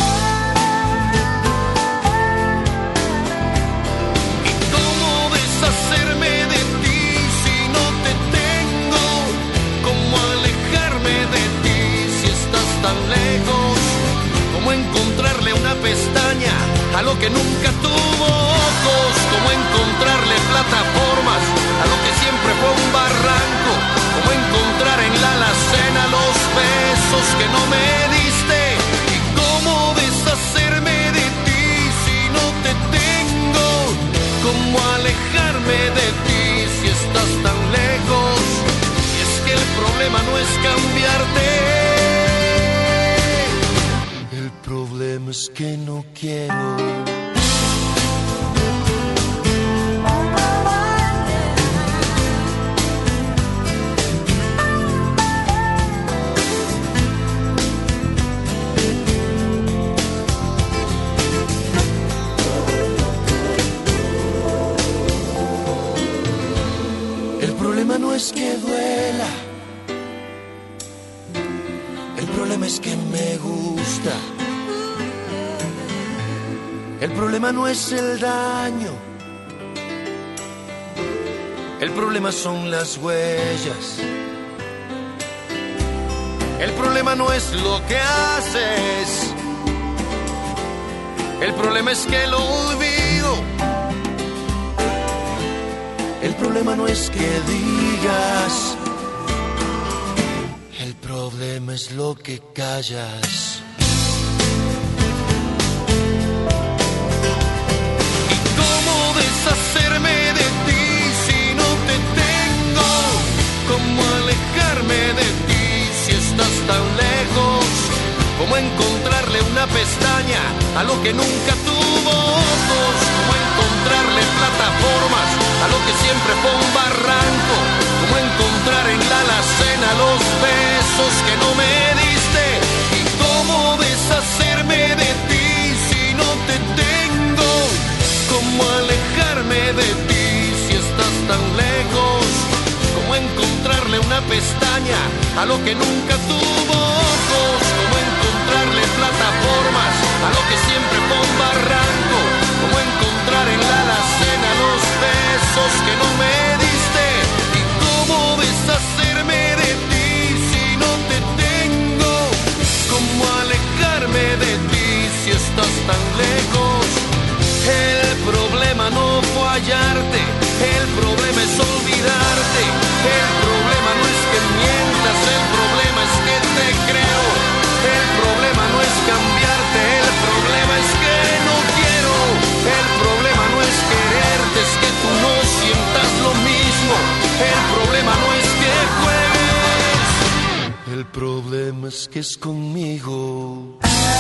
¿Y cómo deshacerme de ti si no te tengo? ¿Cómo alejarme de ti si estás tan lejos? ¿Cómo encontrarle una pestaña a lo que nunca tuvo ojos? ¿Cómo encontrarle plataformas a lo que siempre fue un barranco? ¿Cómo encontrar en la alacena los cambiarte. El problema es que no quiero. El problema no es que duela, el problema es que me gusta. El problema no es el daño, el problema son las huellas. El problema no es lo que haces, el problema es que lo olvido. El problema no es que digas, el problema es lo que callas. ¿Y cómo deshacerme de ti si no te tengo? ¿Cómo alejarme de ti si estás tan lejos? ¿Cómo encontrarle una pestaña a lo que nunca tuvo ojos? ¿Cómo encontrarle plataformas a lo que siempre fue un barranco? ¿Cómo encontrar en la alacena los besos que no me diste? ¿Y cómo deshacerme de ti si no te tengo? ¿Cómo alejarme de ti si estás tan lejos? ¿Cómo encontrarle una pestaña a lo que nunca tuvo ojos? ¿Cómo encontrarle plataformas a lo que siempre fue un barranco? ¿Cómo encontrar en la alacena los besos que no me diste? ¿Y cómo deshacerme de ti si no te tengo? ¿Cómo alejarme de ti si estás tan lejos? El problema no fue hallarte, el problema es olvidarte. El problema no es que mientas, el problema es que te creo. El problema no es cambiarte, el problema es que no quiero. El problema no es quererte, es que tú no sientas lo mismo. El problema no es que juegues, el problema es que es conmigo.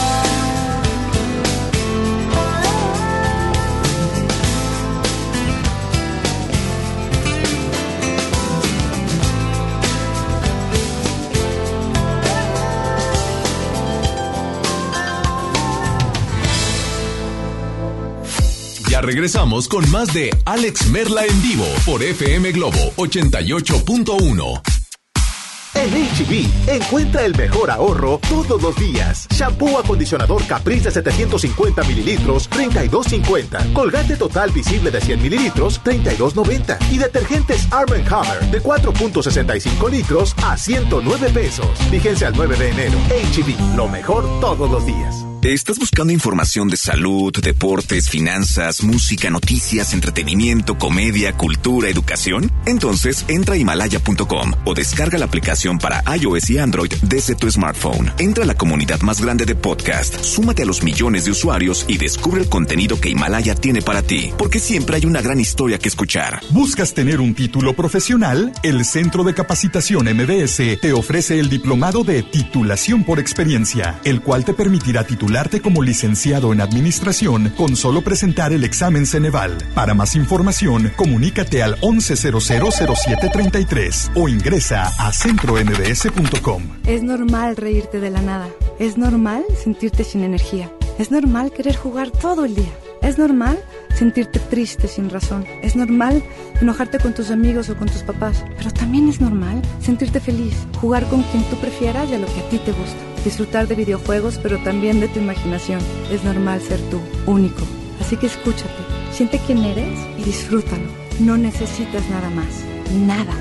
Ya regresamos con más de Alex Merla en vivo por F M Globo ochenta y ocho punto uno. En H E B, encuentra el mejor ahorro todos los días. Shampoo acondicionador Caprice de setecientos cincuenta mililitros, treinta y dos cincuenta. Colgate total visible de cien mililitros, treinta y dos noventa. Y detergentes Arm and Hammer de cuatro punto sesenta y cinco litros a ciento nueve pesos. Vigencia al nueve de enero. H E B, lo mejor todos los días. ¿Estás buscando información de salud, deportes, finanzas, música, noticias, entretenimiento, comedia, cultura, educación? Entonces entra a Himalaya punto com o descarga la aplicación para iOS y Android desde tu smartphone. Entra a la comunidad más grande de podcast, súmate a los millones de usuarios y descubre el contenido que Himalaya tiene para ti, porque siempre hay una gran historia que escuchar. ¿Buscas tener un título profesional? El Centro de Capacitación M B S te ofrece el diplomado de titulación por experiencia, el cual te permitirá titular como licenciado en administración con solo presentar el examen Ceneval. Para más información, comunícate al once cero cero cero siete treinta y tres o ingresa a centro m b s punto com. Es normal reírte de la nada. Es normal sentirte sin energía. Es normal querer jugar todo el día. Es normal sentirte triste sin razón. Es normal enojarte con tus amigos o con tus papás. Pero también es normal sentirte feliz, jugar con quien tú prefieras y a lo que a ti te gusta. Disfrutar de videojuegos, pero también de tu imaginación. Es normal ser tú, único. Así que escúchate, siente quién eres y disfrútalo. No necesitas nada más. Nada.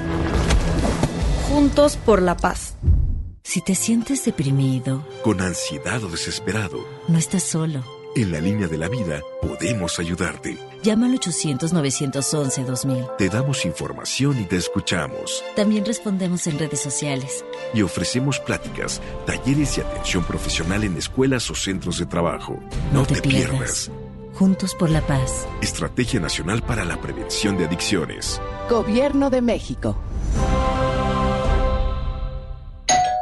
Juntos por la paz. Si te sientes deprimido, con ansiedad o desesperado, no estás solo. En la línea de la vida podemos ayudarte. Llama al ochocientos, novecientos once, dos mil. Te damos información y te escuchamos. También respondemos en redes sociales. Y ofrecemos pláticas, talleres y atención profesional en escuelas o centros de trabajo. No, no te, te pierdas. pierdas. Juntos por la paz. Estrategia Nacional para la Prevención de Adicciones. Gobierno de México.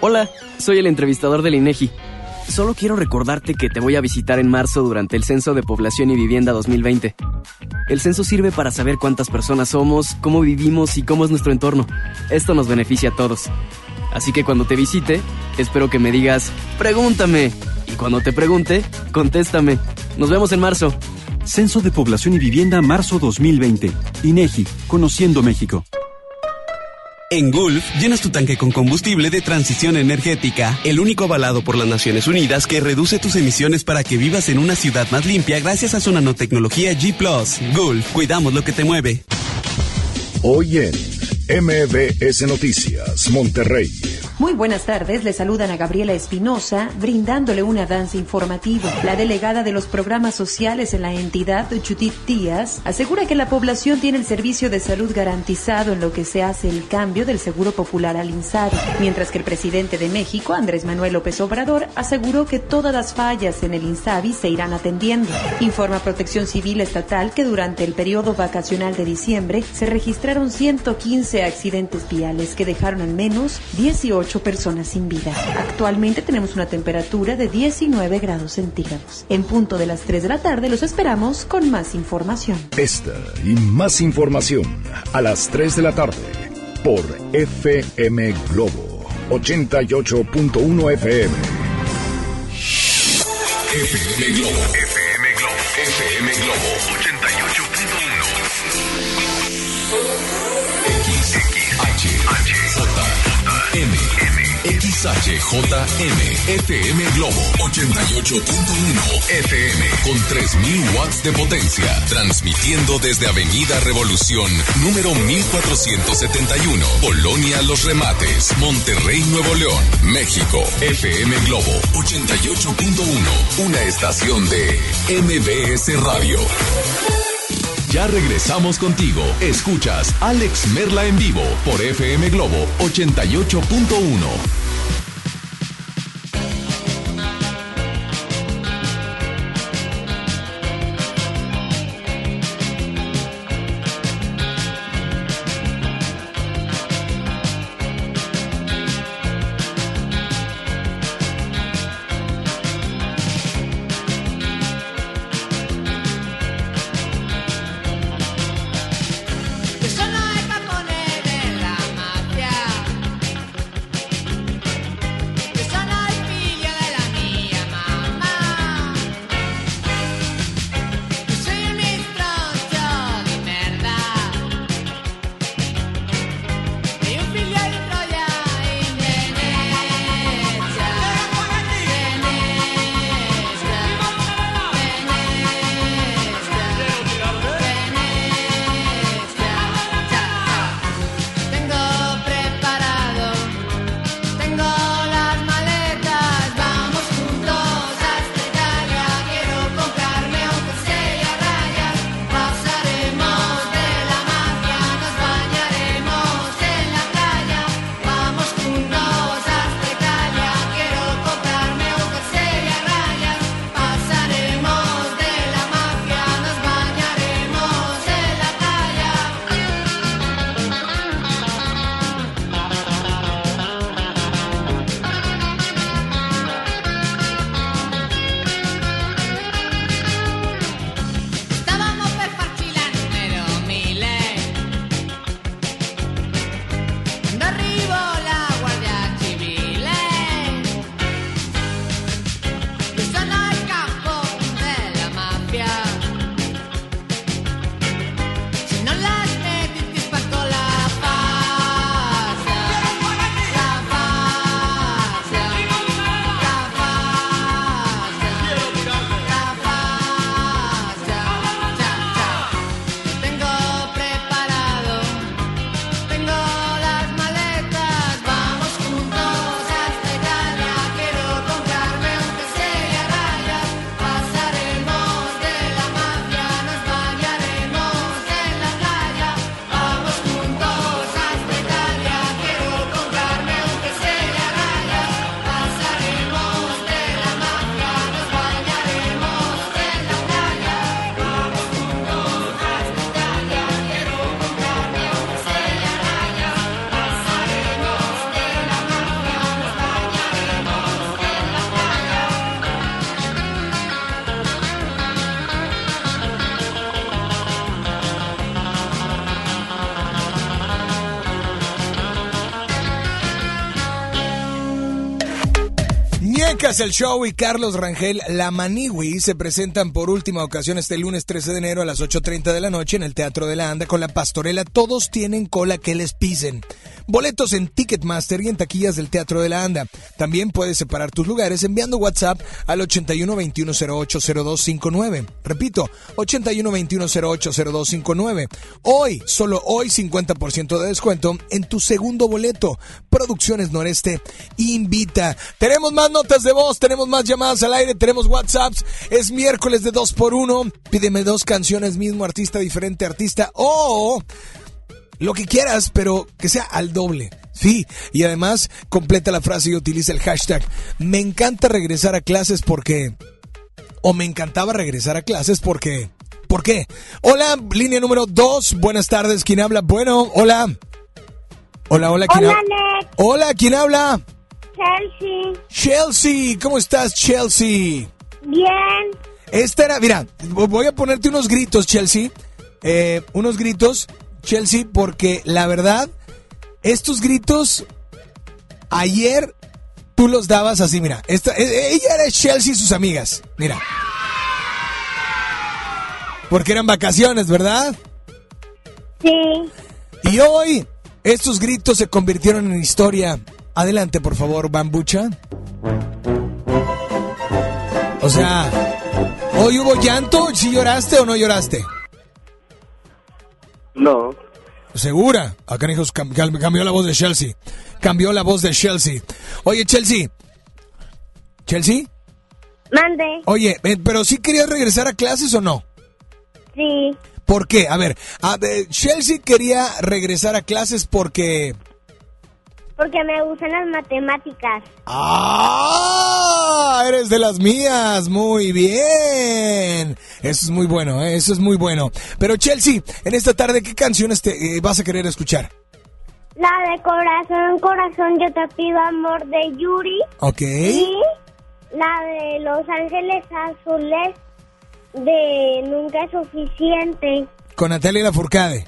Hola, soy el entrevistador del INEGI. Solo quiero recordarte que te voy a visitar en marzo durante el Censo de Población y Vivienda dos mil veinte. El censo sirve para saber cuántas personas somos, cómo vivimos y cómo es nuestro entorno. Esto nos beneficia a todos. Así que cuando te visite, espero que me digas, ¡pregúntame! Y cuando te pregunte, ¡contéstame! Nos vemos en marzo. Censo de Población y Vivienda marzo dos mil veinte. INEGI, Conociendo México. En Gulf, llenas tu tanque con combustible de transición energética, el único avalado por las Naciones Unidas que reduce tus emisiones para que vivas en una ciudad más limpia gracias a su nanotecnología G plus. Gulf, cuidamos lo que te mueve. Hoy en M B S Noticias, Monterrey. Muy buenas tardes, le saludan a Gabriela Espinosa, brindándole un avance informativo. La delegada de los programas sociales en la entidad, Judith Díaz, asegura que la población tiene el servicio de salud garantizado en lo que se hace el cambio del Seguro Popular al INSABI, mientras que el presidente de México, Andrés Manuel López Obrador, aseguró que todas las fallas en el INSABI se irán atendiendo. Informa Protección Civil Estatal que durante el periodo vacacional de diciembre se registraron ciento quince accidentes viales que dejaron al menos dieciocho personas sin vida. Actualmente tenemos una temperatura de diecinueve grados centígrados. En punto de las tres de la tarde los esperamos con más información. Esta y más información a las tres de la tarde por F M Globo ochenta y ocho punto uno F M. F M Globo. F M Globo. F M Globo ochenta y ocho punto uno. X, X, H, H, J, M, M, X, H, J, M, F M Globo ochenta y ocho punto uno F M con tres mil watts de potencia, transmitiendo desde Avenida Revolución, número mil cuatrocientos setenta y uno, Colonia Los Remates, Monterrey, Nuevo León, México. F M Globo ochenta y ocho punto uno, una estación de M B S Radio. Ya regresamos contigo. Escuchas Alex Merla en vivo por F M Globo ochenta y ocho punto uno. Eso no es pa' poner en la mafia. Muñecas, el show y Carlos Rangel, la Maniwi, se presentan por última ocasión este lunes trece de enero a las ocho treinta de la noche en el Teatro de la Anda con la Pastorela. Todos tienen cola que les pisen. Boletos en Ticketmaster y en taquillas del Teatro de la Anda. También puedes separar tus lugares enviando WhatsApp al ochenta y uno veintiuno cero ocho cero dos cincuenta y nueve. Repito, ochenta y uno veintiuno cero ocho cero dos cincuenta y nueve. Hoy, solo hoy, cincuenta por ciento de descuento en tu segundo boleto. Producciones Noreste invita. Tenemos más notas de voz, tenemos más llamadas al aire, tenemos WhatsApps. Es miércoles de dos por uno. Pídeme dos canciones, mismo artista, diferente artista o lo que quieras, pero que sea al doble. Sí, y además completa la frase y utiliza el hashtag me encanta regresar a clases porque... O me encantaba regresar a clases porque... ¿Por qué? Hola, línea número dos. Buenas tardes, ¿quién habla? Bueno, hola. Hola, hola, ¿quién Hola, habla? Alex. Hola, ¿quién habla? Chelsea. Chelsea, ¿cómo estás, Chelsea? Bien. Esta era, mira, voy a ponerte unos gritos, Chelsea. Eh, unos gritos, Chelsea, porque la verdad, estos gritos, ayer tú los dabas así, mira. Esta, ella era Chelsea y sus amigas, mira. Porque eran vacaciones, ¿verdad? Sí. Y hoy, estos gritos se convirtieron en historia. Adelante, por favor, Bambucha. O sea, ¿hoy hubo llanto? ¿Sí lloraste o no lloraste? No. ¿Segura? Acá, hijos, cam- cam- cambió la voz de Chelsea. Cambió la voz de Chelsea. Oye, Chelsea. ¿Chelsea? Mande. Oye, eh, ¿pero sí querías regresar a clases o no? Sí. ¿Por qué? A ver, a ver, Chelsea quería regresar a clases porque... Porque me gustan las matemáticas. ¡Ah! Eres de las mías. Muy bien. Eso es muy bueno, ¿eh? Eso es muy bueno. Pero Chelsea, en esta tarde, ¿qué canciones te eh, vas a querer escuchar? La de Corazón, Corazón, yo te pido amor de Yuri. Ok. Y la de Los Ángeles Azules de Nunca es Suficiente. Con Natalia Lafourcade.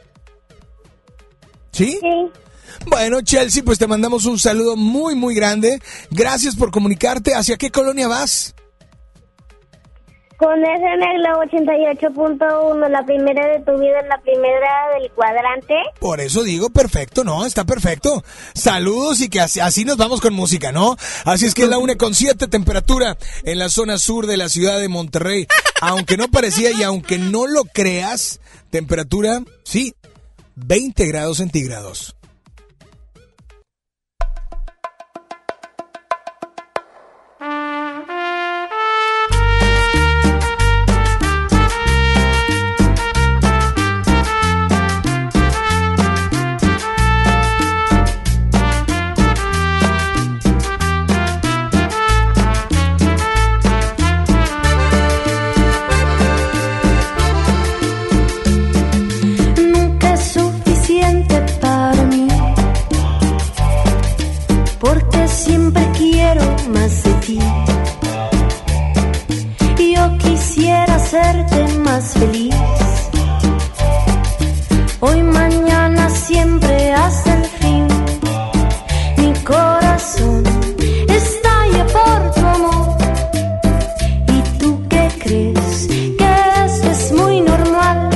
¿Sí? Sí. Bueno, Chelsea, pues te mandamos un saludo muy, muy grande. Gracias por comunicarte. ¿Hacia qué colonia vas? Con F M Globo ochenta y ocho punto uno, la primera de tu vida, la primera del cuadrante. Por eso digo, perfecto, ¿no? Está perfecto. Saludos y que así, así nos vamos con música, ¿no? Así es que es la una con siete, temperatura en la zona sur de la ciudad de Monterrey. Aunque no parecía y aunque no lo creas, temperatura, sí, veinte grados centígrados. Nunca es suficiente para mí, porque siempre quiero más de ti. Yo quisiera hacerte más feliz. Hoy, mañana, siempre hasta el fin. Mi corazón estalla por tu amor. ¿Y tú qué crees? Que eso es muy normal.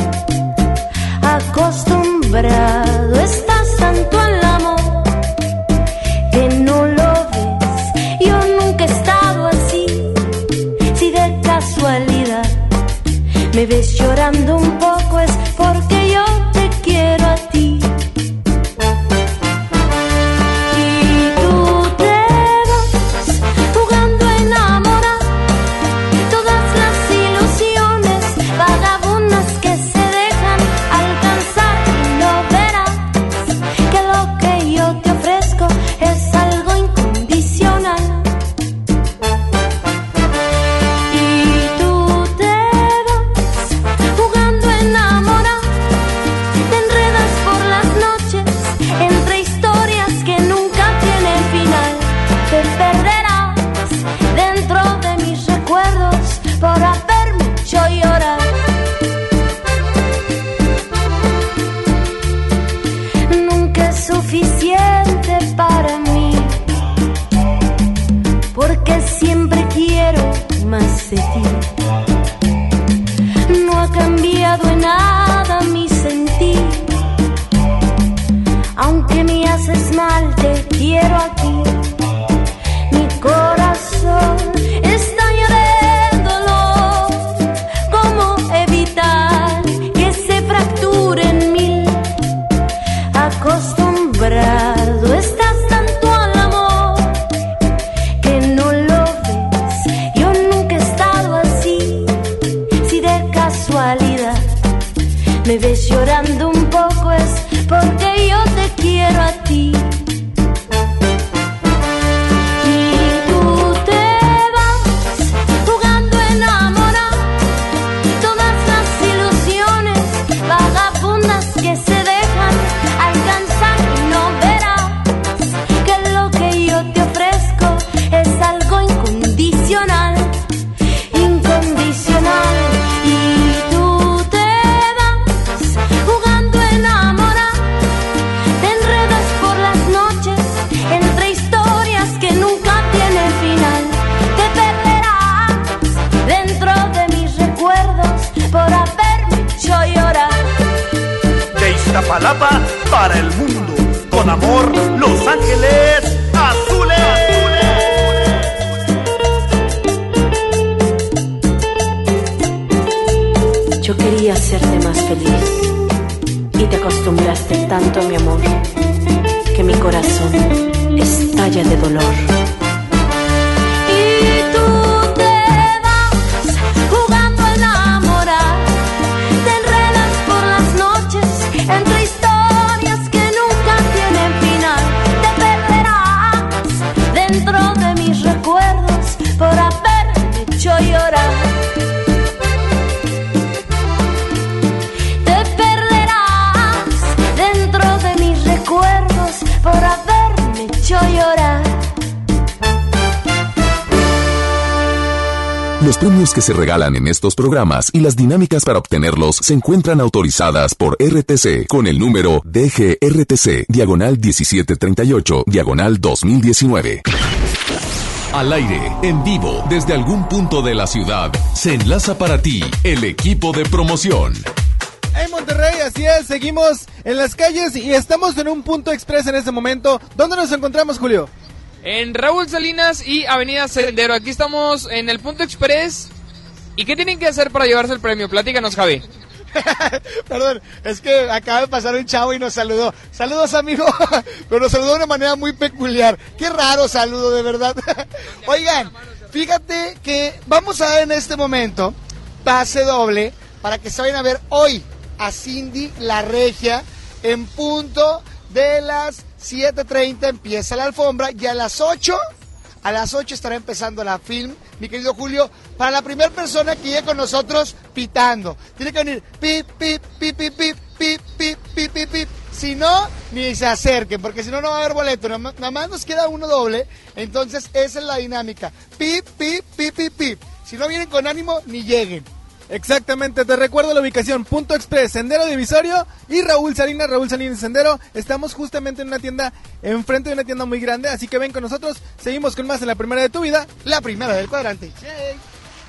Acostumbrado estás tanto al amor que no lo ves. Yo nunca he estado así. Si de casualidad me ves llorando un poco es porque yo te quiero a ti. Y tú te vas jugando a enamorar todas las ilusiones vagabundas que se dejan alcanzar. Y no verás que lo que yo te ofrezco es algo incondicional. Y tú te vas jugando de ti. No ha cambiado en nada mi sentir. Aunque me haces mal, te quiero aquí. Mi corazón estalla de dolor. ¿Cómo evitar que se fracture en mí? Acostumbrado estás tanto al amor que no lo ves. Yo nunca he estado así. Si de casualidad me ves llorando un poco es porque yo te quiero a ti. Iztapalapa para el mundo. Con amor, Los Ángeles Azules. Yo quería hacerte más feliz y te acostumbraste tanto a mi amor que mi corazón estalla de dolor. Y tú te vas jugando a enamorar, te enredas por las noches entre historias que nunca tienen final. Te perderás dentro de mis recuerdos por haberme hecho llorar. Te perderás dentro de mis recuerdos por haberme hecho llorar. Los premios que se regalan en estos programas y las dinámicas para obtenerlos se encuentran autorizadas por R T C con el número D G R T C, diagonal diecisiete treinta y ocho, diagonal dos mil diecinueve. Al aire, en vivo, desde algún punto de la ciudad, se enlaza para ti el equipo de promoción. En Monterrey, así es, seguimos en las calles y estamos en un punto express en este momento. ¿Dónde nos encontramos, Julio? En Raúl Salinas y Avenida Sendero. Aquí estamos en el punto express. ¿Y qué tienen que hacer para llevarse el premio? Platícanos, Javi. Perdón, es que acaba de pasar un chavo y nos saludó. Saludos, amigo, pero nos saludó de una manera muy peculiar. Qué raro saludo, de verdad. Oigan, fíjate que vamos a ver en este momento pase doble para que se vayan a ver hoy a Cindy La Regia en punto de las siete treinta. Empieza la alfombra y a las ocho, a las ocho estará empezando la film, mi querido Julio, para la primera persona que llegue con nosotros pitando. Tiene que venir pip, pip, pip, pip, pip, pip, pip, pip, pip, pip. Si no, ni se acerquen, porque si no, no va a haber boleto. Nada más, nada más nos queda uno doble, entonces esa es la dinámica. Pip, pip, pip, pip, pip. Si no vienen con ánimo, ni lleguen. Exactamente, te recuerdo la ubicación, Punto Express, Sendero Divisorio y Raúl Salinas, Raúl Salinas Sendero. Estamos justamente en una tienda, enfrente de una tienda muy grande, así que ven con nosotros. Seguimos con más en la primera de tu vida, la primera del cuadrante. Yay.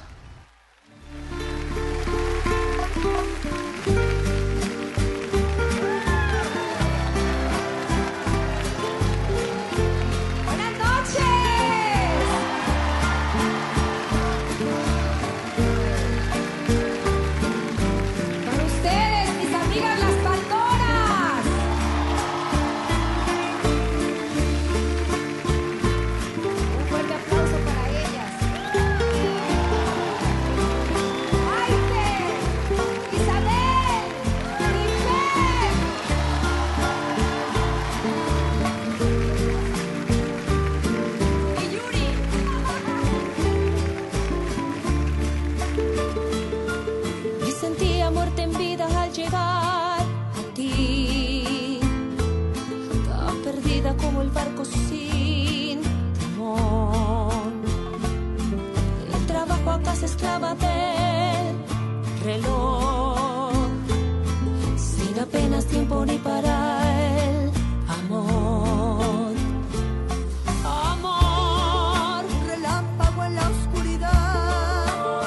Como el barco sin timón. El trabajo acá se esclava del reloj, sin apenas tiempo ni para el amor. Amor, relámpago en la oscuridad.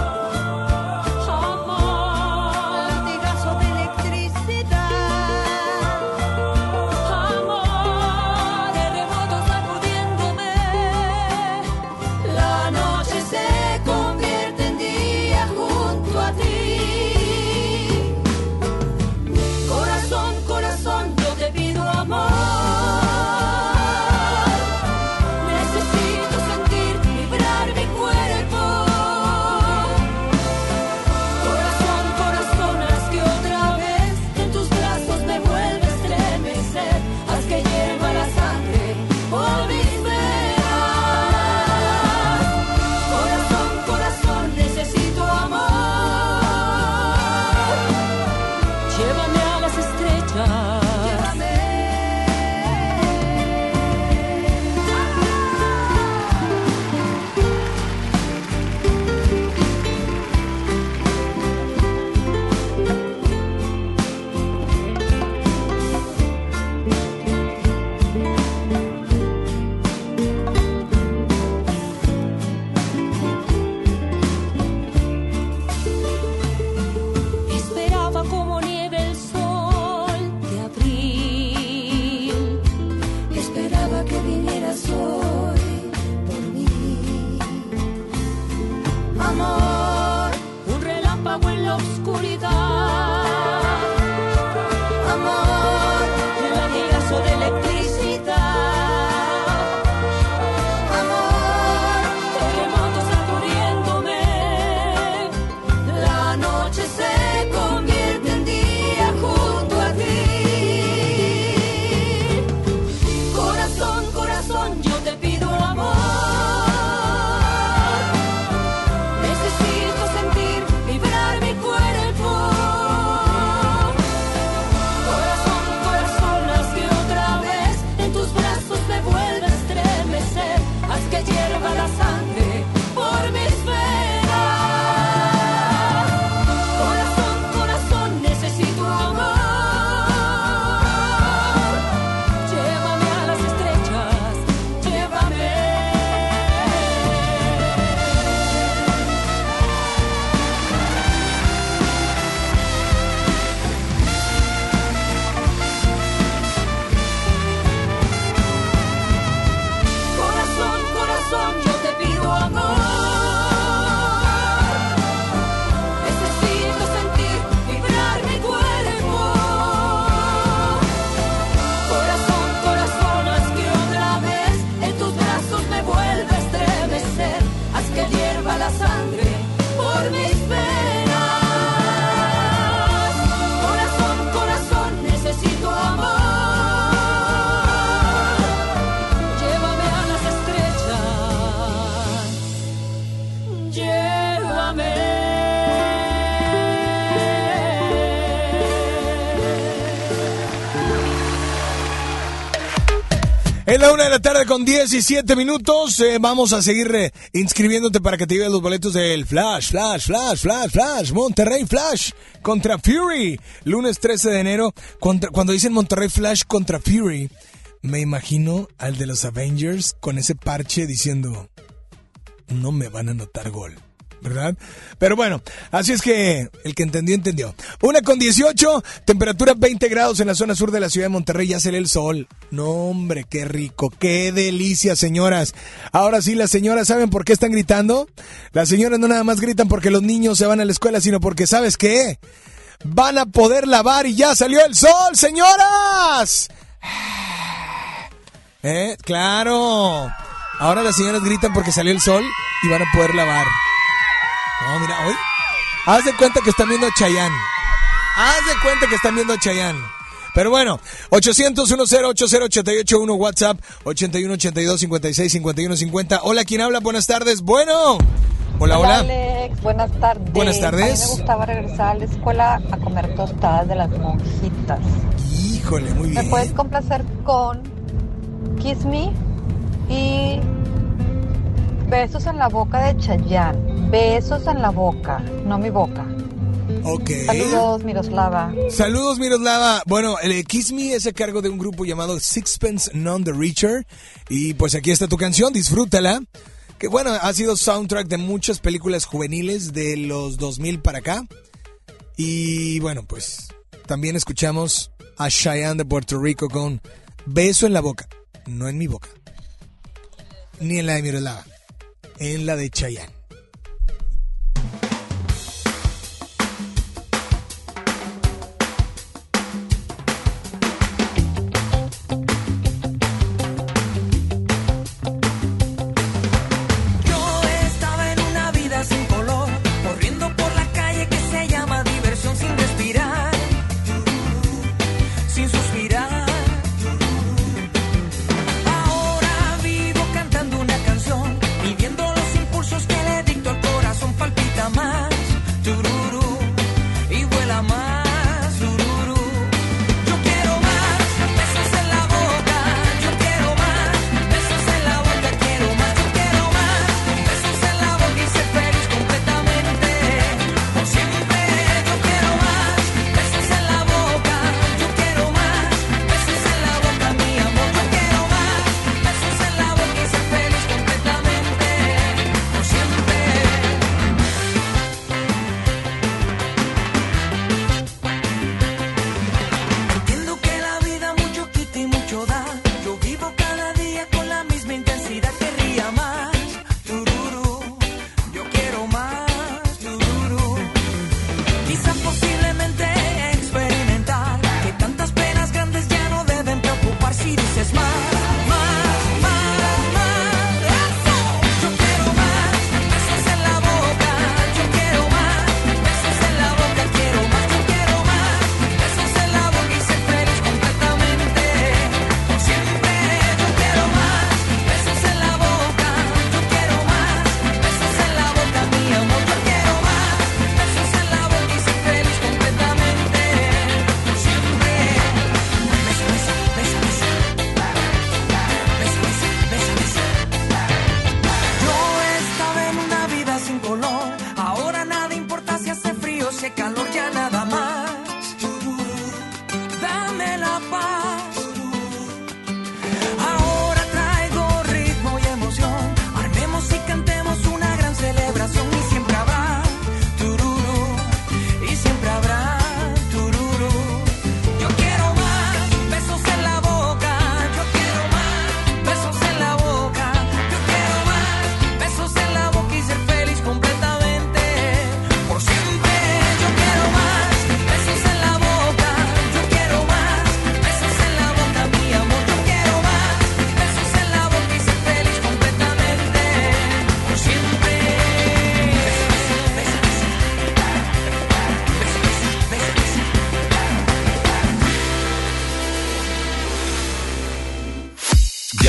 oscuridad. Amor, latigazo de electricidad. Amor, terremotos sacudiéndome. La noche se convierte en día junto a ti. Corazón, corazón, yo te pido amor. Necesito sentir vibrar mi cuerpo. Corazón, corazón, haz que otra vez en tus brazos me vuelva a estremecer. Haz que hierva la sangre por mis venas. Corazón, corazón, necesito amor. Llévame a las estrellas, llévame. Corazón, corazón, yo te pido amor. Necesito sentir vibrar mi cuerpo. Corazón, corazón, haz que otra vez en tus brazos me vuelva a estremecer. Haz que hierva la sangre por mis venas. Corazón, corazón, necesito amor. Llévame a las estrellas, llévame. Es la una de la tarde con diecisiete minutos. Eh, vamos a seguir eh, inscribiéndote para que te lleves los boletos del Flash, Flash, Flash, Flash, Flash, Monterrey Flash contra Fury. Lunes trece de enero. Contra, cuando dicen Monterrey Flash contra Fury, me imagino al de los Avengers con ese parche diciendo, no me van a anotar gol, ¿verdad? Pero bueno, así es que el que entendió, entendió. Una con dieciocho, temperatura veinte grados en la zona sur de la ciudad de Monterrey, ya se lee el sol. No, hombre, qué rico, qué delicia, señoras. Ahora sí, las señoras, ¿saben por qué están gritando? Las señoras no nada más gritan porque los niños se van a la escuela, sino porque, ¿sabes qué? Van a poder lavar y ya salió el sol, señoras. ¿Eh? Claro. Ahora las señoras gritan porque salió el sol y van a poder lavar. No, mira, hoy. Haz de cuenta que están viendo a Chayanne. Haz de cuenta que están viendo a Chayanne. Pero bueno, ochocientos uno cero ocho cero ocho ocho uno, WhatsApp ochenta y uno ochenta y dos cincuenta y seis cincuenta y uno cincuenta. Hola, ¿quién habla? Buenas tardes. Bueno. Hola, hola. Alex, buenas tardes. Buenas tardes. A mí me gustaba regresar a la escuela a comer tostadas de las monjitas. Híjole, muy bien. ¿Me puedes complacer con Kiss Me y Besos en la boca de Chayanne? Besos en la boca, no mi boca. Ok. Saludos, Miroslava. Saludos, Miroslava. Bueno, el Kiss Me es a cargo de un grupo llamado Sixpence None the Richer. Y pues aquí está tu canción, disfrútala. Que bueno, ha sido soundtrack de muchas películas juveniles de los dos mil para acá. Y bueno, pues también escuchamos a Chayanne de Puerto Rico con Beso en la boca. No en mi boca. Ni en la de Miroslava. En la de Chayanne. Ahora vivo cantando una canción, viviendo los impulsos que le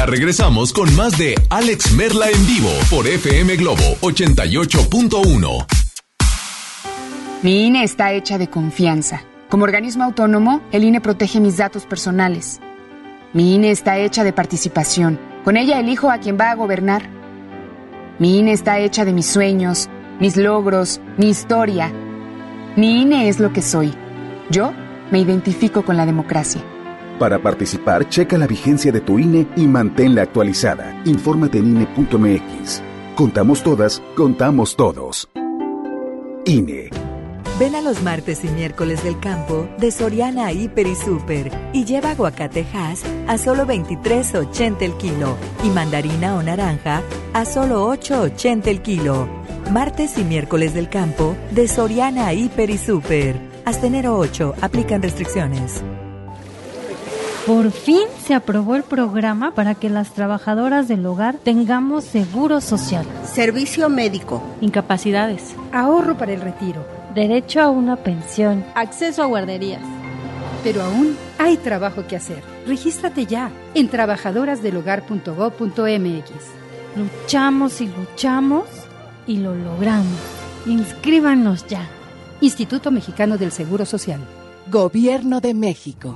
Ya regresamos con más de Alex Merla en vivo por F M Globo ochenta y ocho punto uno. Mi I N E está hecha de confianza. Como organismo autónomo, el I N E protege mis datos personales. Mi I N E está hecha de participación. Con ella elijo a quien va a gobernar. Mi I N E está hecha de mis sueños, mis logros, mi historia. Mi I N E es lo que soy. Yo me identifico con la democracia. Para participar, checa la vigencia de tu I N E y manténla actualizada. Infórmate en I N E punto M X. Contamos todas, contamos todos. I N E. Ven a los martes y miércoles del campo de Soriana Hiper y Super y lleva aguacate Hass a solo veintitrés ochenta el kilo y mandarina o naranja a solo ocho ochenta el kilo. Martes y miércoles del campo de Soriana Hiper y Super. Hasta enero ocho, aplican restricciones. Por fin se aprobó el programa para que las trabajadoras del hogar tengamos seguro social, servicio médico, incapacidades, ahorro para el retiro, derecho a una pensión, acceso a guarderías. Pero aún hay trabajo que hacer. Regístrate ya en trabajadoras del hogar punto gob punto m x. Luchamos y luchamos y lo logramos. Inscríbanos ya. Instituto Mexicano del Seguro Social. Gobierno de México.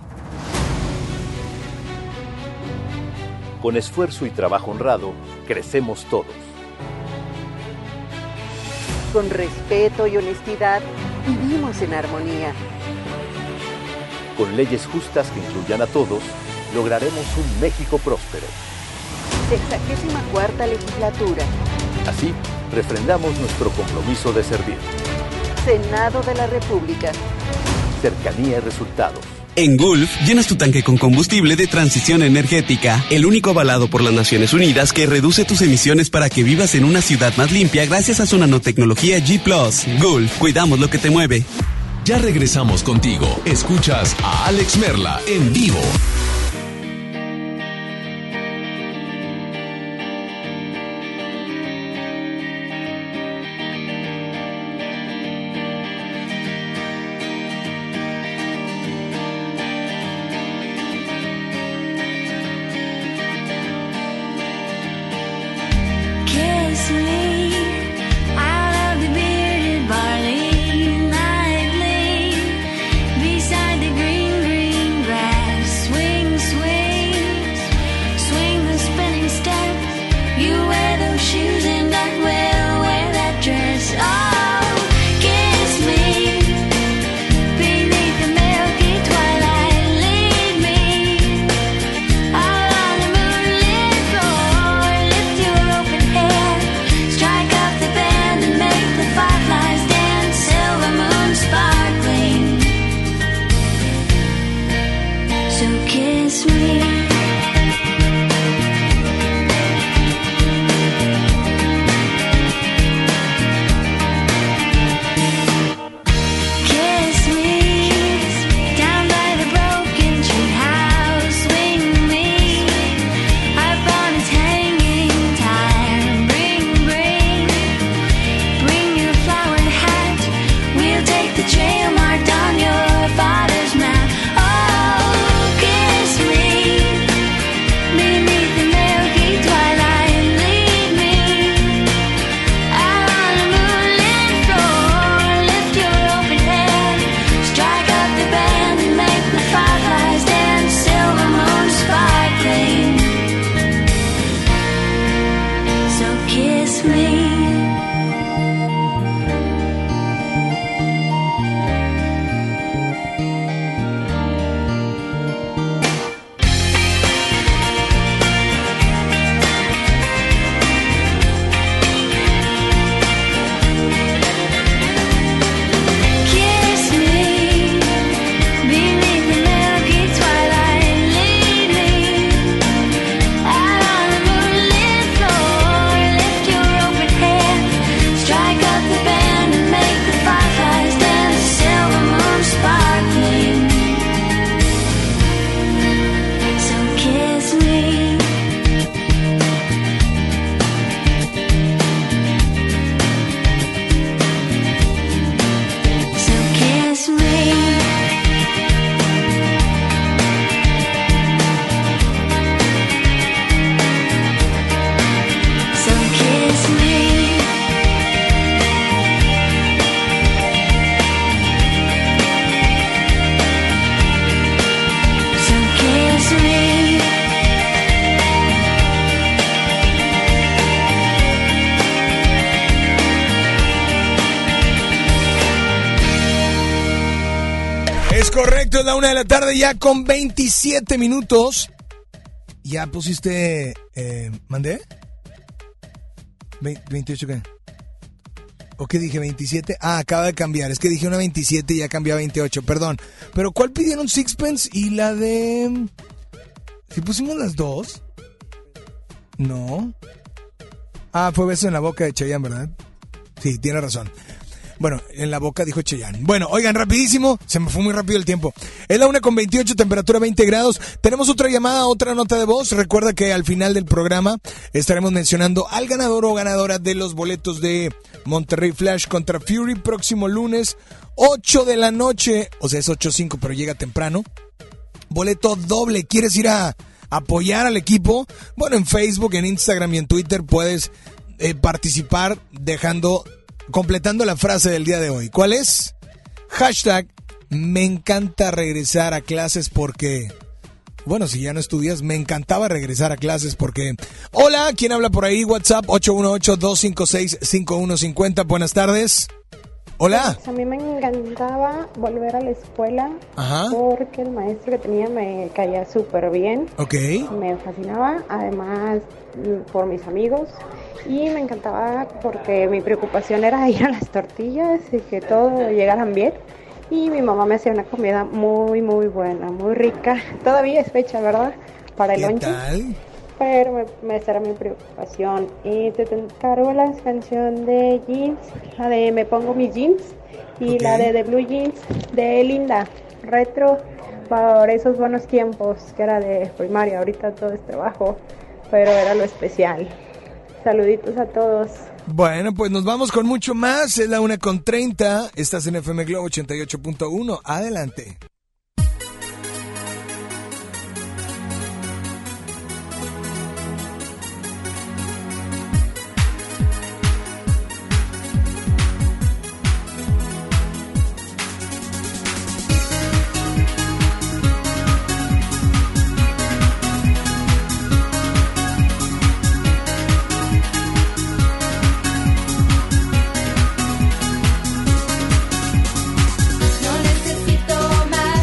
Con esfuerzo y trabajo honrado, crecemos todos. Con respeto y honestidad, vivimos en armonía. Con leyes justas que incluyan a todos, lograremos un México próspero. Sexagésima cuarta legislatura. Así, refrendamos nuestro compromiso de servir. Senado de la República. Cercanía y resultados. En Gulf, llenas tu tanque con combustible de transición energética, el único avalado por las Naciones Unidas que reduce tus emisiones para que vivas en una ciudad más limpia gracias a su nanotecnología G plus. Gulf, cuidamos lo que te mueve. Ya regresamos contigo. Escuchas a Alex Merla en vivo. Kiss me out of the bearded barley nightly, beside the green, green grass. Swing, swing, swing the spinning step. You wear those shoes and I will wear that dress. Oh, kiss me beneath the milky twilight. Lead me out on the moonlit floor. Lift your open hair, strike up the band and make the fireflies dance. Silver moon sparkling, so kiss me. Kiss me down by the broken tree house. Swing me up on its hanging tire. Bring, bring, bring your flowered hat. We'll take the trail marked on your father's map. Oh, kiss me beneath the milky twilight. Lead me out on the moonlit floor. Lift your open hair, strike up the band and make the fireflies dance. Silver moon sparkling, so kiss me. Kiss me beneath the milky twilight. Lead me out on the moonlit floor. Lift your open Es correcto, es la una de la tarde ya con veintisiete minutos. ¿Ya pusiste... Eh, ¿Mandé? Ve- ¿veintiocho qué? ¿O qué dije? ¿veintisiete? Ah, acaba de cambiar. Es que dije una veintisiete y ya cambié a veintiocho, perdón. ¿Pero cuál pidieron? Sixpence y la de... ¿Si pusimos las dos? No. Ah, fue Beso en la Boca de Chayanne, ¿verdad? Sí, tiene razón. Bueno, en la boca dijo Chayanne. Bueno, oigan, rapidísimo, se me fue muy rápido el tiempo. Es la una con veintiocho, temperatura veinte grados. Tenemos otra llamada, otra nota de voz. Recuerda que al final del programa estaremos mencionando al ganador o ganadora de los boletos de Monterrey Flash contra Fury próximo lunes, ocho de la noche. O sea, es ocho cinco, pero llega temprano. Boleto doble. ¿Quieres ir a apoyar al equipo? Bueno, en Facebook, en Instagram y en Twitter puedes eh, participar dejando... completando la frase del día de hoy. ¿Cuál es? Hashtag, me encanta regresar a clases porque... Bueno, si ya no estudias, me encantaba regresar a clases porque... Hola, ¿quién habla por ahí? WhatsApp ocho uno ocho, dos cinco seis, cinco uno cinco cero. Buenas tardes. Hola. Pues a mí me encantaba volver a la escuela. Ajá. Porque el maestro que tenía me caía súper bien. Ok. Me fascinaba, además por mis amigos. Y me encantaba porque mi preocupación era ir a las tortillas y que todo llegaran bien. Y mi mamá me hacía una comida muy, muy buena, muy rica. Todavía es fecha, ¿verdad? Para el ¿Qué lonche. tal? Pero me, me esa era mi preocupación. Y te encargo la canción de Jeans, la de Me Pongo Mis Jeans y Ok. la de The Blue Jeans de Linda, retro, por esos buenos tiempos que era de primaria. Ahorita todo es trabajo, pero era lo especial. Saluditos a todos. Bueno, pues nos vamos con mucho más. Es la una con treinta. Estás en F M Globo ochenta y ocho punto uno. Adelante. No necesito más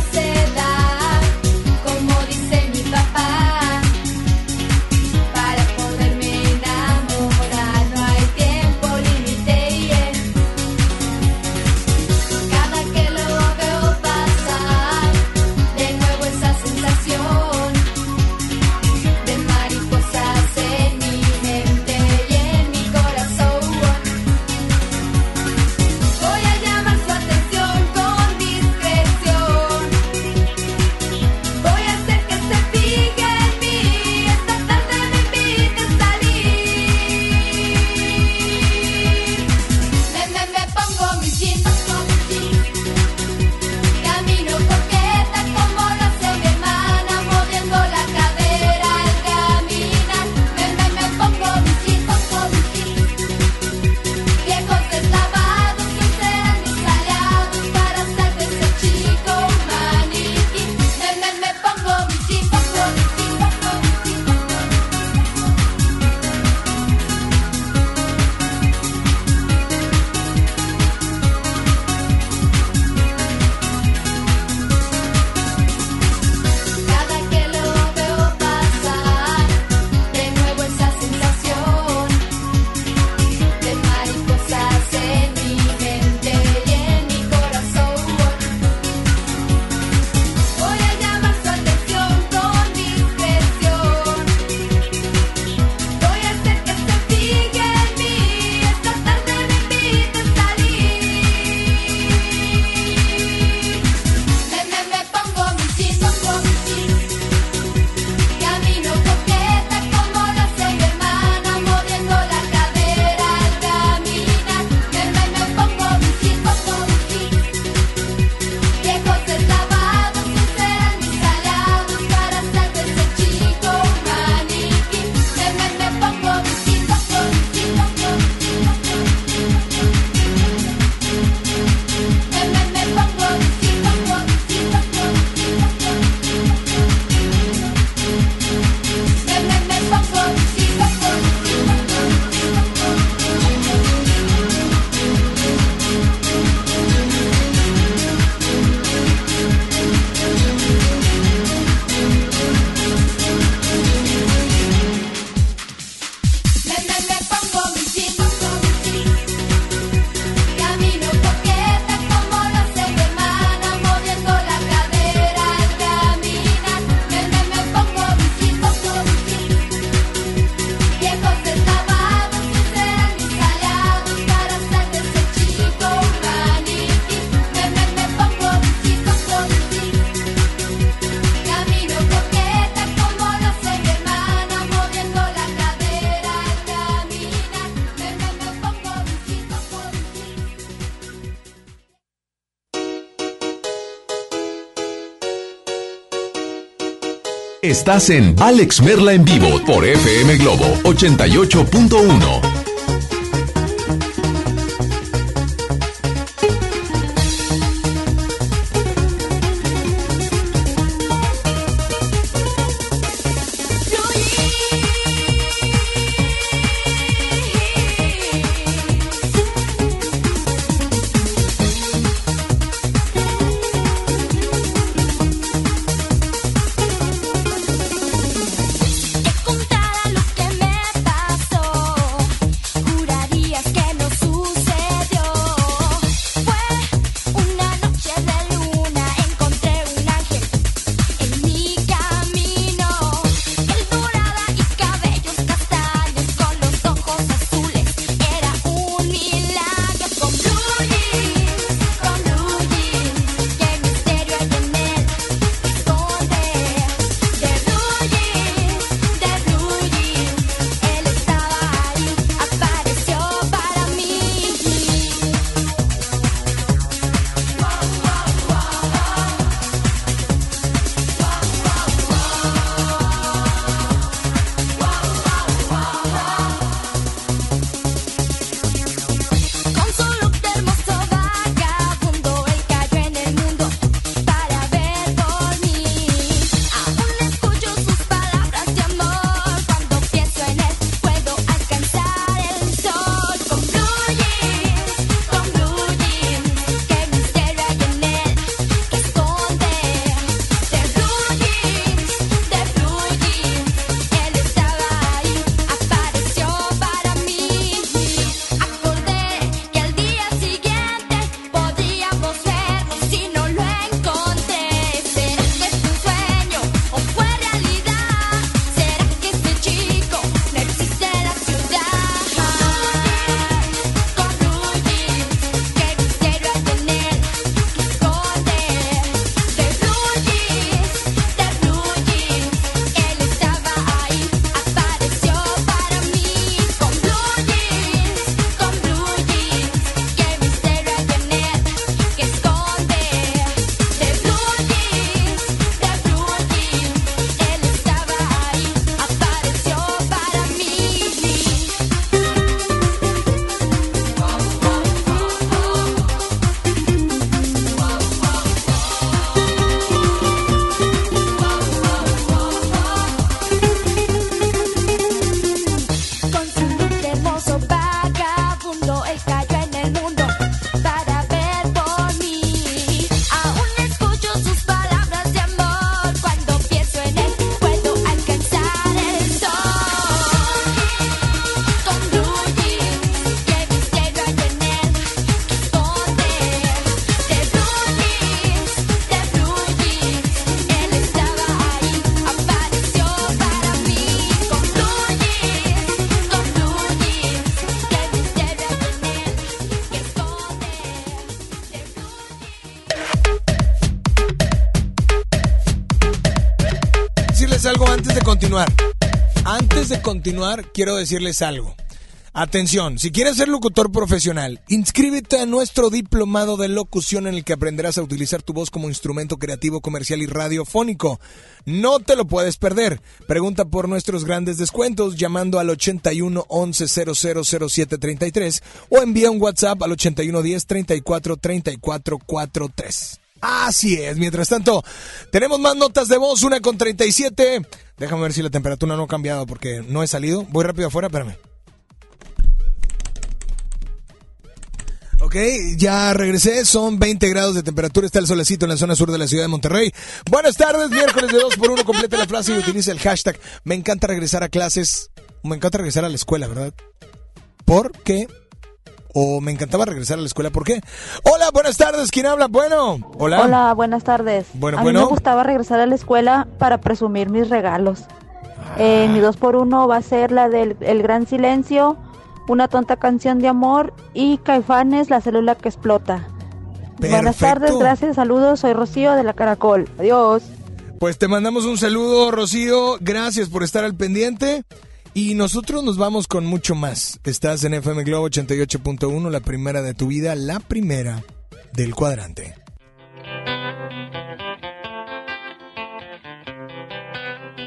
Estás en Alex Merla en vivo por F M Globo ochenta y ocho punto uno. Contara lo que me pasó. Algo antes de continuar. Antes de continuar, quiero decirles algo. Atención, si quieres ser locutor profesional, inscríbete a nuestro diplomado de locución en el que aprenderás a utilizar tu voz como instrumento creativo, comercial y radiofónico. No te lo puedes perder. Pregunta por nuestros grandes descuentos llamando al ochenta y uno, once, cero cero cero siete treinta y tres o envía un WhatsApp al ochenta y uno, diez, treinta y cuatro, treinta y cuatro cuarenta y tres. Así es. Mientras tanto, tenemos más notas de voz, una con treinta y siete. Déjame ver si la temperatura no ha cambiado porque no he salido. Voy rápido afuera, espérame. Ok, ya regresé, son veinte grados de temperatura, está el solecito en la zona sur de la ciudad de Monterrey. Buenas tardes, miércoles de dos por uno, complete la frase y utiliza el hashtag. Me encanta regresar a clases, me encanta regresar a la escuela, ¿verdad? ¿Por qué? O me encantaba regresar a la escuela, ¿por qué? Hola, buenas tardes, ¿quién habla? Bueno, hola. Hola, buenas tardes. Bueno, a bueno. mí me gustaba regresar a la escuela para presumir mis regalos. Eh, mi dos por uno va a ser la del El Gran Silencio, Una tonta canción de amor y Caifanes, La célula que explota. Perfecto. Buenas tardes, gracias, saludos, soy Rocío de la Caracol. Adiós. Pues te mandamos un saludo, Rocío, gracias por estar al pendiente. Y nosotros nos vamos con mucho más. Estás en F M Globo ochenta y ocho punto uno, la primera de tu vida, la primera del cuadrante.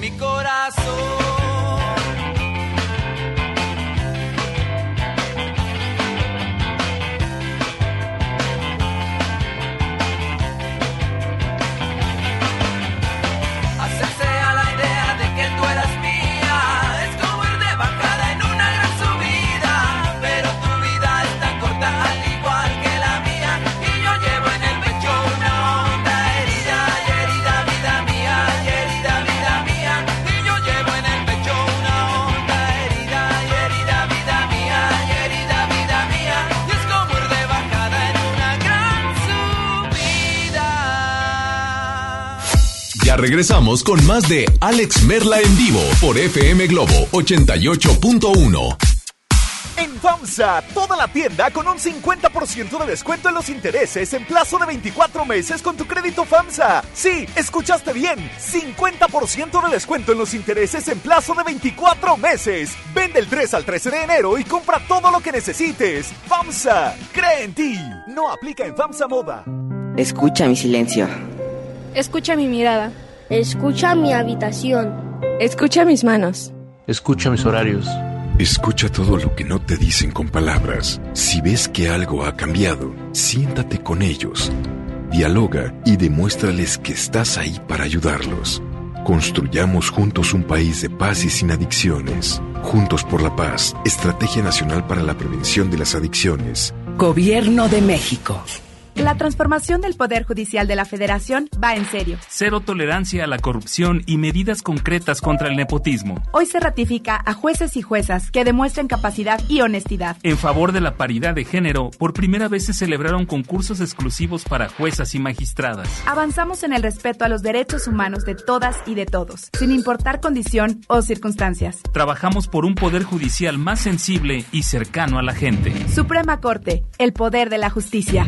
mi corazón. Hacerse a la idea de que tú eras mía es como ir de bajada en una gran subida, pero tu vida es tan corta al igual que la mía, y yo llevo en el pecho una honda herida, y herida vida mía, y herida vida mía, y yo llevo en el pecho una honda herida, y herida vida mía, y herida vida mía, y es como ir de bajada en una gran subida. Ya regresamos con más de Alex Merla en vivo por F M Globo ochenta y ocho punto uno. En FAMSA, toda la tienda con un cincuenta por ciento de descuento en los intereses en plazo de veinticuatro meses con tu crédito FAMSA. Sí, escuchaste bien, cincuenta por ciento de descuento en los intereses en plazo de veinticuatro meses. Ven del tres al trece de enero y compra todo lo que necesites. FAMSA, cree en ti. No aplica en FAMSA Moda. Escucha mi silencio. Escucha mi mirada. Escucha mi habitación. Escucha mis manos. Escucha mis horarios. Escucha todo lo que no te dicen con palabras. Si ves que algo ha cambiado, siéntate con ellos. Dialoga y demuéstrales que estás ahí para ayudarlos. Construyamos juntos un país de paz y sin adicciones. Juntos por la paz, Estrategia Nacional para la Prevención de las Adicciones. Gobierno de México. La transformación del Poder Judicial de la Federación va en serio. Cero tolerancia a la corrupción y medidas concretas contra el nepotismo. Hoy se ratifica a jueces y juezas que demuestren capacidad y honestidad. En favor de la paridad de género, por primera vez se celebraron concursos exclusivos para juezas y magistradas. Avanzamos en el respeto a los derechos humanos de todas y de todos, sin importar condición o circunstancias. Trabajamos por un Poder Judicial más sensible y cercano a la gente. Suprema Corte, el poder de la justicia.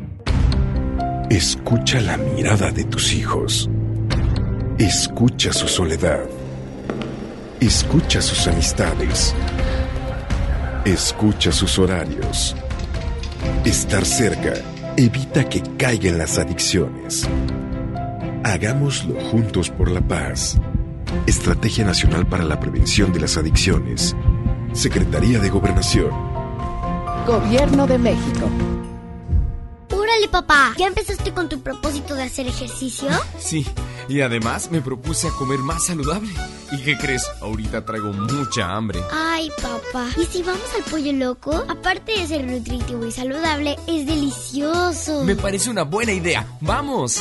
Escucha la mirada de tus hijos. Escucha su soledad. Escucha sus amistades. Escucha sus horarios. Estar cerca evita que caigan las adicciones. Hagámoslo juntos por la paz. Estrategia Nacional para la Prevención de las Adicciones. Secretaría de Gobernación. Gobierno de México. ¡Órale, papá! ¿Ya empezaste con tu propósito de hacer ejercicio? Sí, y además me propuse a comer más saludable. ¿Y qué crees? Ahorita traigo mucha hambre. Ay, papá. ¿Y si vamos al Pollo Loco? Aparte de ser nutritivo y saludable, es delicioso. Me parece una buena idea. ¡Vamos!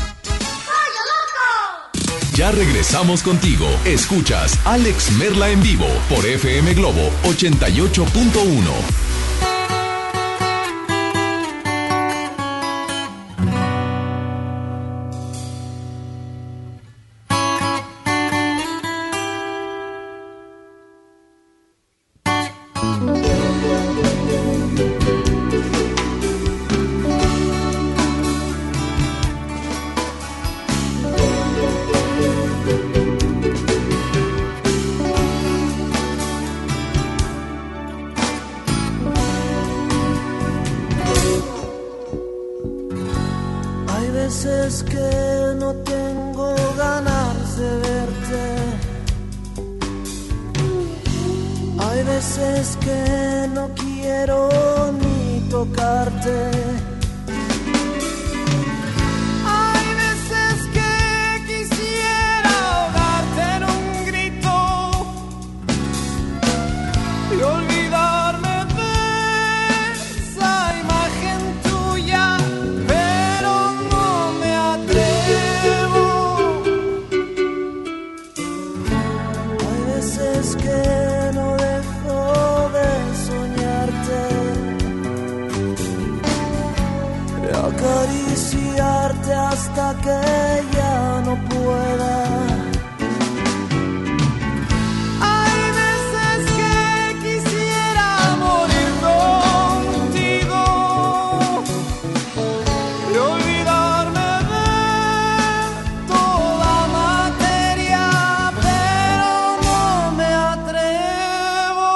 Ya regresamos contigo. Escuchas Alex Merla en vivo por F M Globo ochenta y ocho punto uno. veces que no tengo ganas de verte. Hay veces que no quiero ni tocarte. Hay veces que quisiera ahogarte en un grito y olvidarme de esa imagen tuya, pero no me atrevo. Hay veces que no dejo de soñarte, de acariciarte hasta que ya no pueda. Hay veces que quisiera morir contigo y olvidarme de toda materia, pero no me atrevo.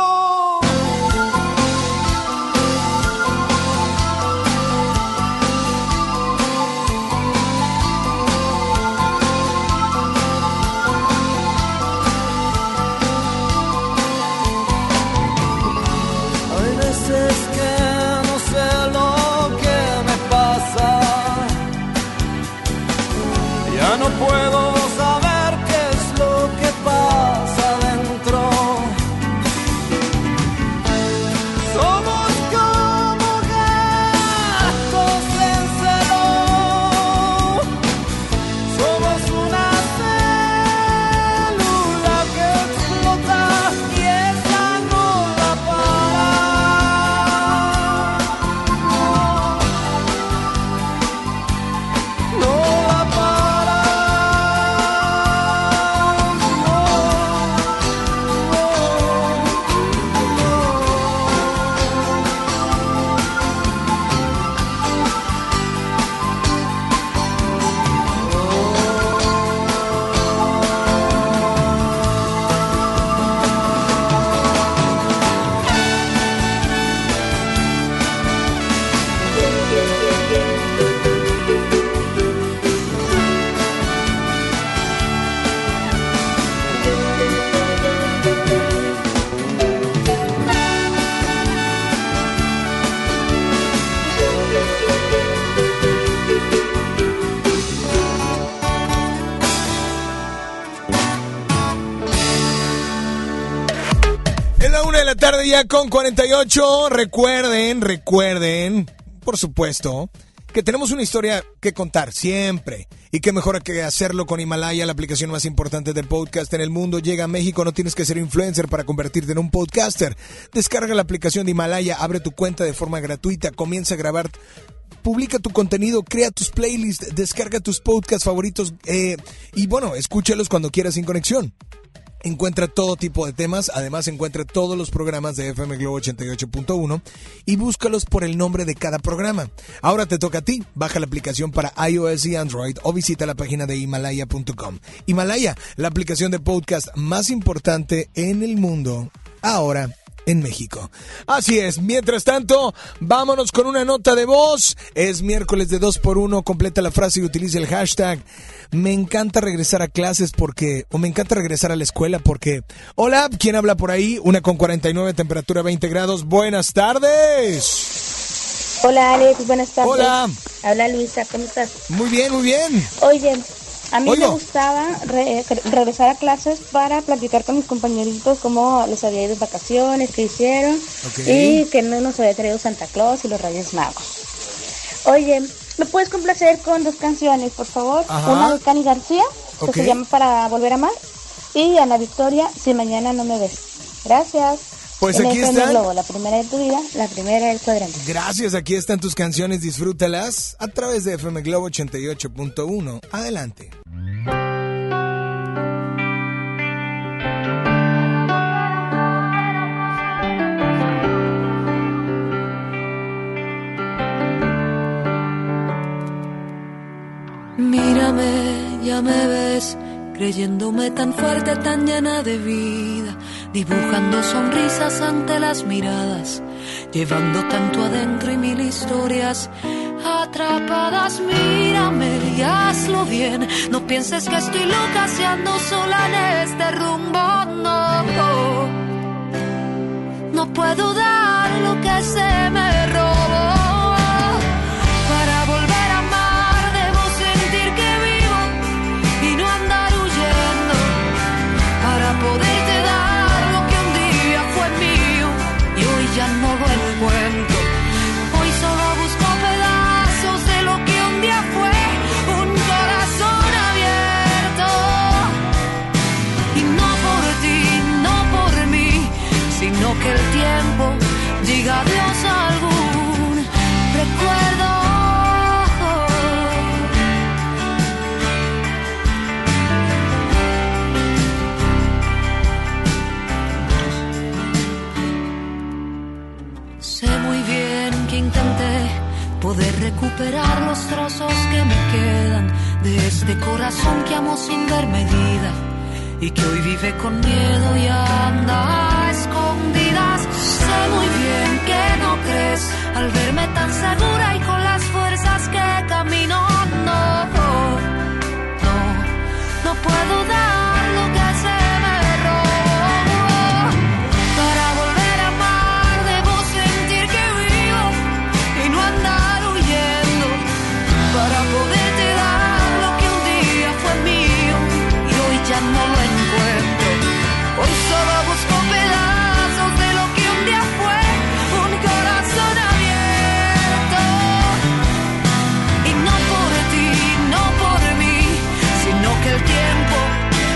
de la tarde ya con cuarenta y ocho. Recuerden, recuerden, por supuesto, que tenemos una historia que contar siempre. Y qué mejor que hacerlo con Himalaya, la aplicación más importante de podcast en el mundo. Llega a México, no tienes que ser influencer para convertirte en un podcaster. Descarga la aplicación de Himalaya, abre tu cuenta de forma gratuita, comienza a grabar, publica tu contenido, crea tus playlists, descarga tus podcasts favoritos eh, y bueno, escúchalos cuando quieras sin conexión. Encuentra todo tipo de temas, además encuentra todos los programas de F M Globo ochenta y ocho punto uno y búscalos por el nombre de cada programa. Ahora te toca a ti, baja la aplicación para iOS y Android o visita la página de Himalaya punto com. Himalaya, la aplicación de podcast más importante en el mundo, ahora en México. Así es, mientras tanto, vámonos con una nota de voz. Es miércoles de dos por uno, completa la frase y utiliza el hashtag me encanta regresar a clases porque, o me encanta regresar a la escuela porque, hola, ¿quién habla por ahí? Una con cuarenta y nueve, temperatura veinte grados, buenas tardes. Hola Alex, buenas tardes. Hola. Habla Luisa, ¿cómo estás? Muy bien, muy bien. Oye, a mí Oigo. me gustaba re- regresar a clases para platicar con mis compañeritos cómo les había ido de vacaciones, qué hicieron Okay. y que no nos había traído Santa Claus y los Reyes Magos. Oye, ¿me puedes complacer con dos canciones, por favor? Ajá. Una de Cani García, que Ok. se llama Para Volver a Amar, y Ana Victoria, Si Mañana No Me Ves. Gracias. Pues En aquí F M están. Globo, la primera de tu vida, la primera del cuadrante. Gracias, aquí están tus canciones, disfrútalas a través de F M Globo ochenta y ocho punto uno. Adelante. Mírame, ya me ves, creyéndome tan fuerte, tan llena de vida, dibujando sonrisas ante las miradas, llevando tanto adentro y mil historias atrapadas. Mírame y hazlo bien, no pienses que estoy loca si ando sola en este rumbo, no. No puedo dar lo que se me robó. Para volver a amar debo sentir que vivo y no andar huyendo. Para poderte dar lo que un día fue mío y hoy ya no lo encuentro. Hoy solo busco pedazos de lo que un día fue, un corazón abierto. Y no por ti, no por mí, sino que el tiempo diga adiós a algún recuerdo. Sé muy bien que intenté poder recuperar los trozos que me quedan de este corazón que amo sin ver medida y que hoy vive con miedo y anda a escondidas. Sé muy bien que no crees al verme tan segura y con las fuerzas que camino. No, no, no puedo dar lo que se me robó. Para volver a amar debo sentir que vivo y no andar huyendo. Para poderte dar lo que un día fue mío y hoy ya no lo encuentro. Hoy solo busco pedazos de lo que un día fue, un corazón abierto. Y no por ti, no por mí, sino que el tiempo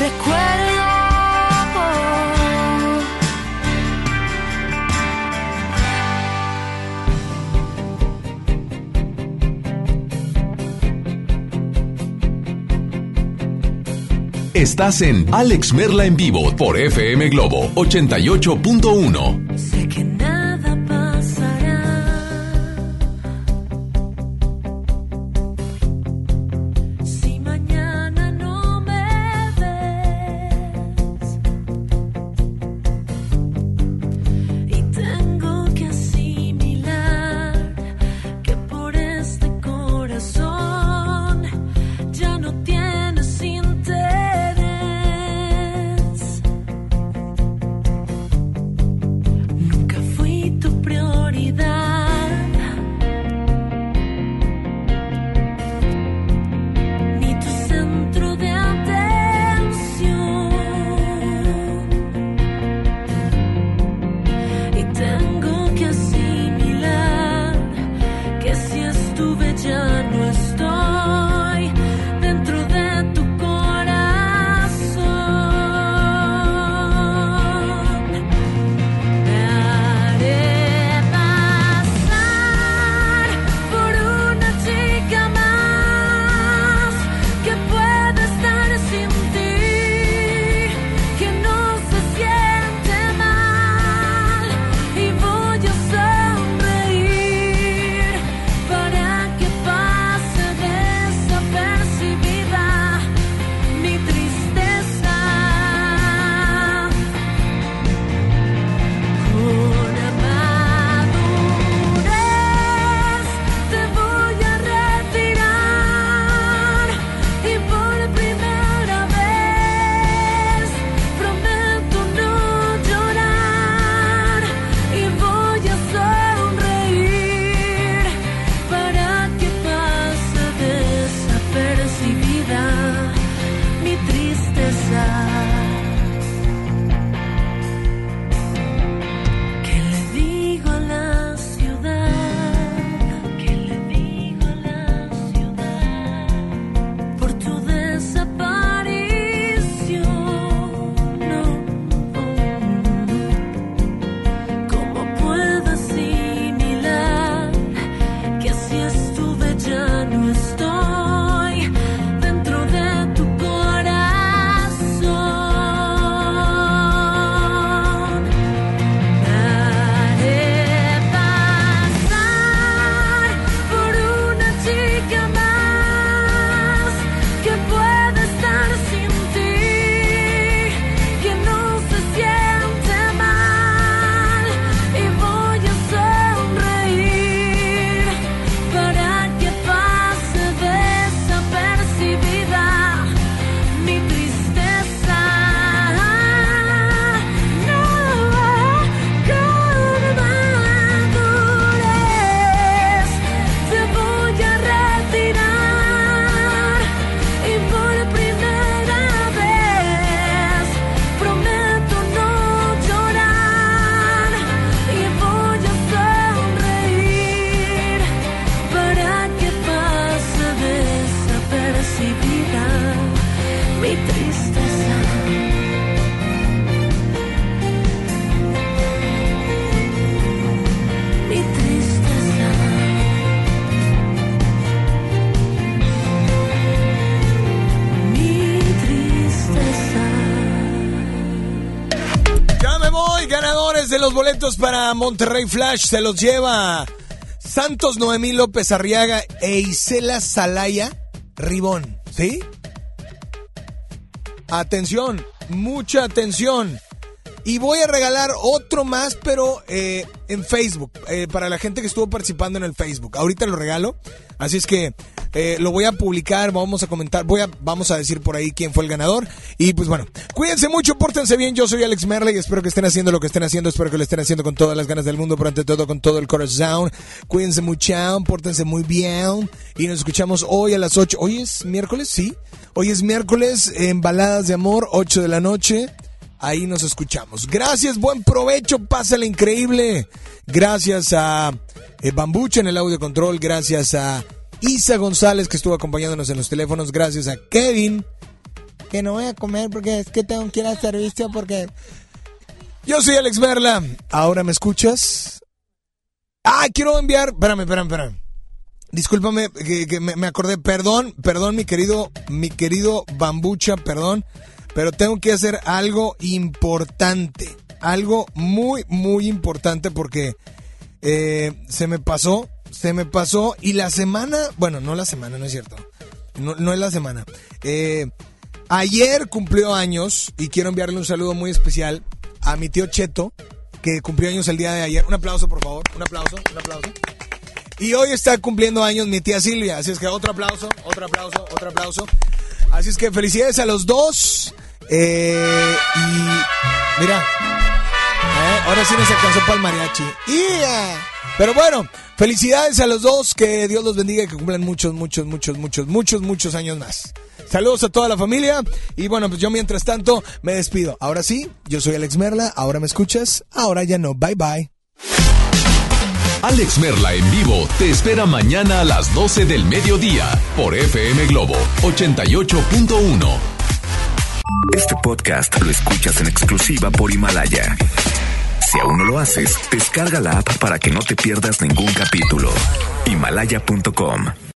recuerdo. Estás en Alex Merla en vivo por F M Globo ochenta y ocho punto uno. Sé que nada pasará si mañana no me ves, y tengo que asimilar que por este corazón ya no tienes interés. Ya no estoy dentro de tu corazón. Me haré pasar por una chica más que puede estar sin ti, que no se siente mal, y voy a sonreír para que pase desapercibida mi tristeza. Con madurez te voy a retirar, y por primera vez prometo no llorar, y voy a sonreír para que pase desapercibida mi tristeza. ¿Qué le digo a la ciudad? ¿Qué le digo a la ciudad por tu desaparición? No. ¿Cómo puedo asimilar que si estuve ya no estoy dentro de tu corazón? Me haré pasar por una chica más que puede estar sin ti, que no se siente mal, y voy a sonreír para que pase desapercibida mi tristeza. No, con madurez te voy a retirar, y por primera vez prometo no llorar, y voy a sonreír para que pase desapercibida mi tristeza. Mi tristeza. Mi tristeza. Ya me voy, ganadores de los boletos para Monterrey Flash. Se los lleva Santos Noemí López Arriaga e Isela Salaya Ribón, ¿sí? Atención, mucha atención. Y voy a regalar otro más, pero eh, en Facebook, eh, para la gente que estuvo participando en el Facebook. Ahorita lo regalo, así es que eh, lo voy a publicar, vamos a comentar, voy a, vamos a decir por ahí quién fue el ganador. Y pues bueno, cuídense mucho, pórtense bien. Yo soy Alex Merla y espero que estén haciendo lo que estén haciendo. Espero que lo estén haciendo con todas las ganas del mundo, pero ante todo con todo el corazón. Cuídense mucho, pórtense muy bien. Y nos escuchamos hoy a las ocho. ¿Hoy es miércoles? Sí. Hoy es miércoles en Baladas de Amor, ocho de la noche. Ahí nos escuchamos. Gracias, buen provecho, pásale increíble. Gracias a eh, Bambucha en el audio control. Gracias a Isa González que estuvo acompañándonos en los teléfonos. Gracias a Kevin que no voy a comer porque es que tengo que ir al servicio porque... Yo soy Alex Merla. ¿Ahora me escuchas? Ah, quiero enviar... Espérame, espérame, espérame. Discúlpame, que, que me, me acordé. Perdón, perdón, mi querido, mi querido Bambucha, perdón. Pero tengo que hacer algo importante. Algo muy, muy importante porque eh, se me pasó, se me pasó. Y la semana... Bueno, no la semana, no es cierto. No, no es la semana. Eh, ayer cumplió años y quiero enviarle un saludo muy especial a mi tío Cheto, que cumplió años el día de ayer. Un aplauso, por favor. Un aplauso, un aplauso. Y hoy está cumpliendo años mi tía Silvia. Así es que otro aplauso, otro aplauso, otro aplauso. Así es que felicidades a los dos. Eh, y mira, eh, ahora sí nos alcanzó para el mariachi. Yeah. Pero bueno, felicidades a los dos. Que Dios los bendiga y que cumplan muchos, muchos, muchos, muchos, muchos, muchos años más. Saludos a toda la familia. Y bueno, pues yo mientras tanto me despido. Ahora sí, yo soy Alex Merla. Ahora me escuchas, ahora ya no. Bye bye. Alex Merla en vivo te espera mañana a las doce del mediodía por F M Globo ochenta y ocho punto uno. Este podcast lo escuchas en exclusiva por Himalaya. Si aún no lo haces, descarga la app para que no te pierdas ningún capítulo. Himalaya punto com